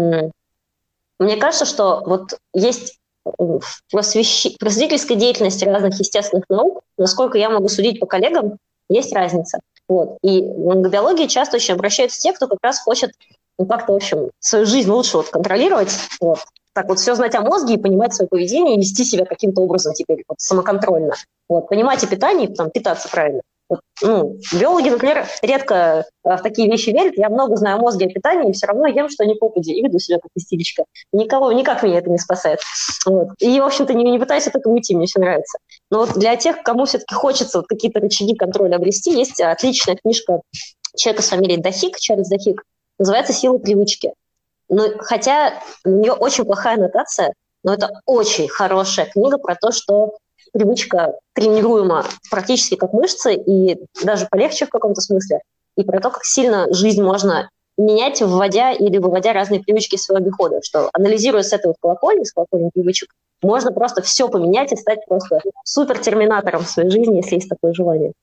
Мне кажется, что есть в просветительской деятельности разных естественных наук, насколько я могу судить по коллегам, есть разница. Вот. И к биологии часто очень обращаются те, кто как раз хочет как-то, в общем, свою жизнь лучше контролировать. Вот. Так все знать о мозге и понимать свое поведение и вести себя каким-то образом теперь самоконтрольно. Вот. Понимать и питание, и питаться правильно. Биологи, например, редко в такие вещи верят. Я много знаю о мозге и о питании, и все равно ем, что ни попади, и веду себя как истеричка. Никак меня это не спасает. Вот. И, в общем-то, не пытаюсь от этого уйти, мне все нравится. Но для тех, кому все-таки хочется какие-то рычаги контроля обрести, есть отличная книжка человека с фамилией Дахик, Чарльз Дахик, называется «Сила привычки». Хотя у нее очень плохая аннотация, но это очень хорошая книга про то, что привычка тренируема практически как мышцы, и даже полегче в каком-то смысле, и про то, как сильно жизнь можно менять, вводя или выводя разные привычки из своего обихода, что, анализируя с этой колокольни, с колокольни привычек, можно просто все поменять и стать просто супертерминатором в своей жизни, если есть такое желание.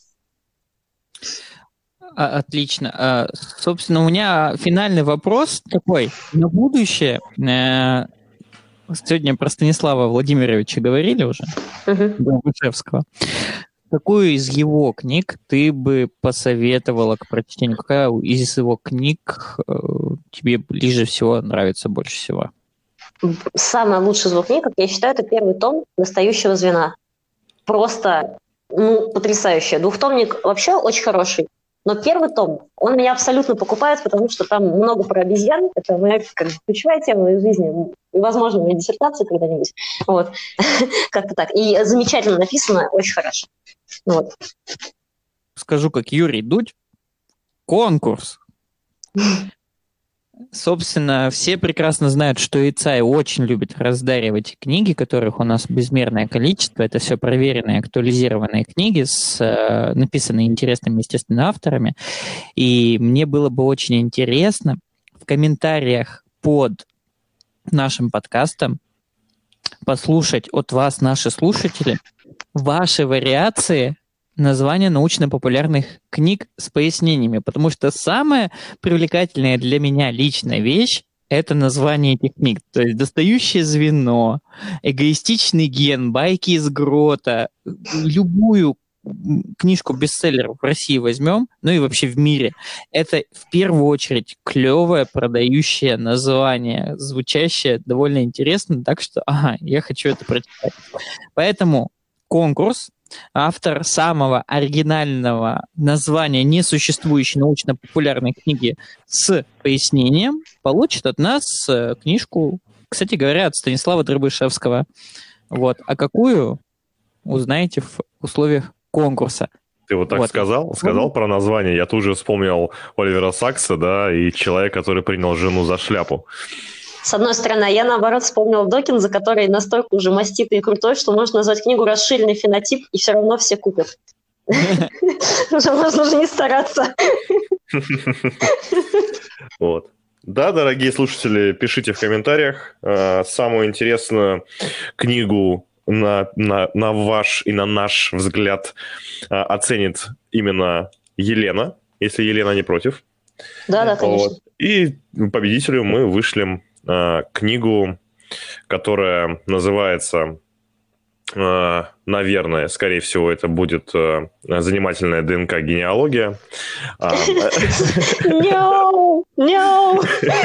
Отлично. Собственно, у меня финальный вопрос такой. На будущее... Сегодня про Станислава Владимировича говорили уже, Вышевского. Какую из его книг ты бы посоветовала к прочтению? Какая из его книг тебе ближе всего, нравится больше всего? Самая лучшая из его книг, как я считаю, это первый том «Достающего звена». Просто потрясающе. Двухтомник вообще очень хороший. Но первый том, он меня абсолютно покупает, потому что там много про обезьян. Это моя ключевая тема в моей жизни. И, возможно, моя диссертация когда-нибудь. Вот. Как-то так. И замечательно написано, очень хорошо. Вот. скажу как Юрий Дудь, конкурс. Собственно, все прекрасно знают, что ИЦАИ очень любит раздаривать книги, которых у нас безмерное количество. Это все проверенные, актуализированные книги, написанные интересными, естественно, авторами. И мне было бы очень интересно в комментариях под нашим подкастом послушать от вас, наши слушатели, ваши вариации названия научно-популярных книг с пояснениями, потому что самая привлекательная для меня личная вещь – это название этих книг. То есть «Достающее звено», «Эгоистичный ген», «Байки из грота», любую книжку-бестселлер в России возьмем, ну и вообще в мире, это в первую очередь клевое продающее название, звучащее довольно интересно, так что, я хочу это прочитать. Поэтому конкурс. Автор самого оригинального названия несуществующей научно-популярной книги с пояснением получит от нас книжку, кстати говоря, от Станислава Дробышевского. Вот. А какую, узнаете в условиях конкурса. Ты вот так сказал про название, я тут же вспомнил Оливера Сакса, да, и человек, который принял жену за шляпу. С одной стороны, я, наоборот, вспомнил Докинза, который настолько уже маститый и крутой, что можно назвать книгу «Расширенный фенотип», и все равно все купят. Можно уже не стараться. Вот. Да, дорогие слушатели, пишите в комментариях самую интересную книгу на ваш и на наш взгляд оценит именно Елена, если Елена не против. Да, конечно. Вот. И победителю мы вышлем книгу, которая называется, наверное, скорее всего, это будет занимательная ДНК-генеалогия. No!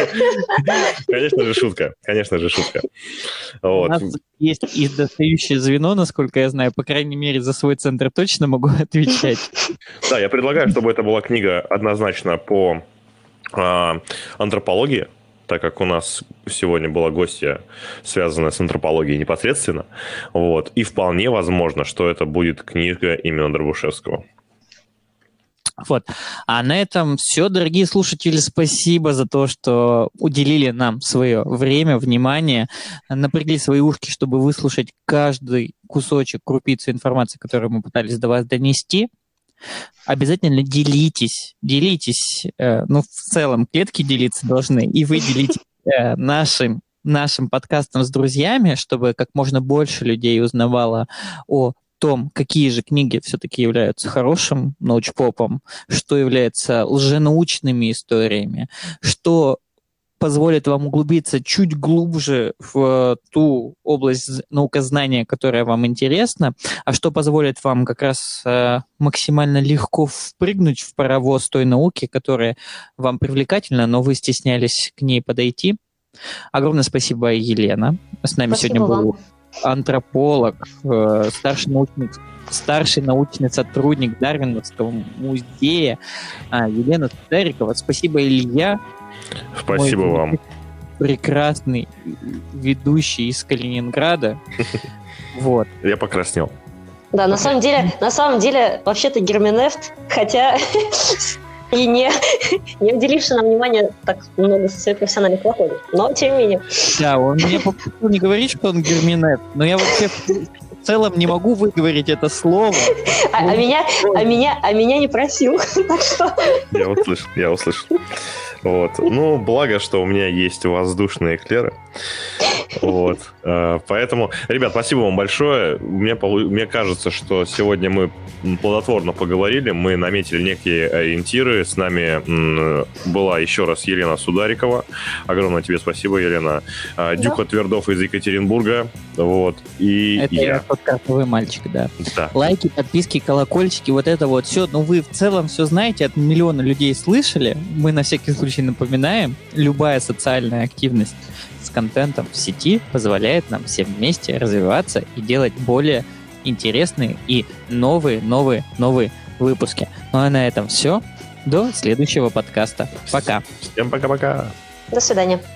Конечно же, шутка. У нас есть и достающее звено, насколько я знаю, по крайней мере, за свой центр точно могу отвечать. Да, я предлагаю, чтобы это была книга однозначно по антропологии, так как у нас сегодня была гостья, связанная с антропологией непосредственно. Вот. И вполне возможно, что это будет книга именно Дробышевского. Вот. А на этом все, дорогие слушатели, спасибо за то, что уделили нам свое время, внимание, напрягли свои ушки, чтобы выслушать каждый кусочек, крупицу информации, которую мы пытались до вас донести. Обязательно делитесь, в целом клетки делиться должны, и вы делитесь нашим подкастом с друзьями, чтобы как можно больше людей узнавало о том, какие же книги все-таки являются хорошим научпопом, что является лженаучными историями, что позволит вам углубиться чуть глубже в ту область наукознания, которая вам интересна, а что позволит вам как раз максимально легко впрыгнуть в паровоз той науки, которая вам привлекательна, но вы стеснялись к ней подойти. Огромное спасибо, Елена. С нами сегодня был антрополог, старший научный сотрудник Дарвиновского музея Елена Старикова. Спасибо, Илья. Спасибо вам. Прекрасный ведущий из Калининграда. Вот. Я покраснел. Да, на самом деле, вообще-то герменевт, хотя и не уделивший нам внимания так много со своей профессиональной плохой. Но, тем не менее. Да, он мне попросил не говорить, что он герменевт, но я вообще в целом не могу выговорить это слово. А меня не просил, так что... Я услышал. Вот. Ну, благо, что у меня есть воздушные эклеры. Вот. Поэтому, ребят, спасибо вам большое. Мне кажется, что сегодня мы плодотворно поговорили, мы наметили некие ориентиры. С нами была еще раз Елена Сударикова. Огромное тебе спасибо, Елена. Дюха Твердов из Екатеринбурга. Вот. И это я тот картовый мальчик, да. Лайки, подписки, колокольчики, вот это вот все. Ну, вы в целом все знаете, от миллиона людей слышали. Мы на всякий случай напоминаем, любая социальная активность с контентом в сети позволяет нам всем вместе развиваться и делать более интересные и новые выпуски. Ну а на этом все. До следующего подкаста. Пока. Всем пока-пока. До свидания.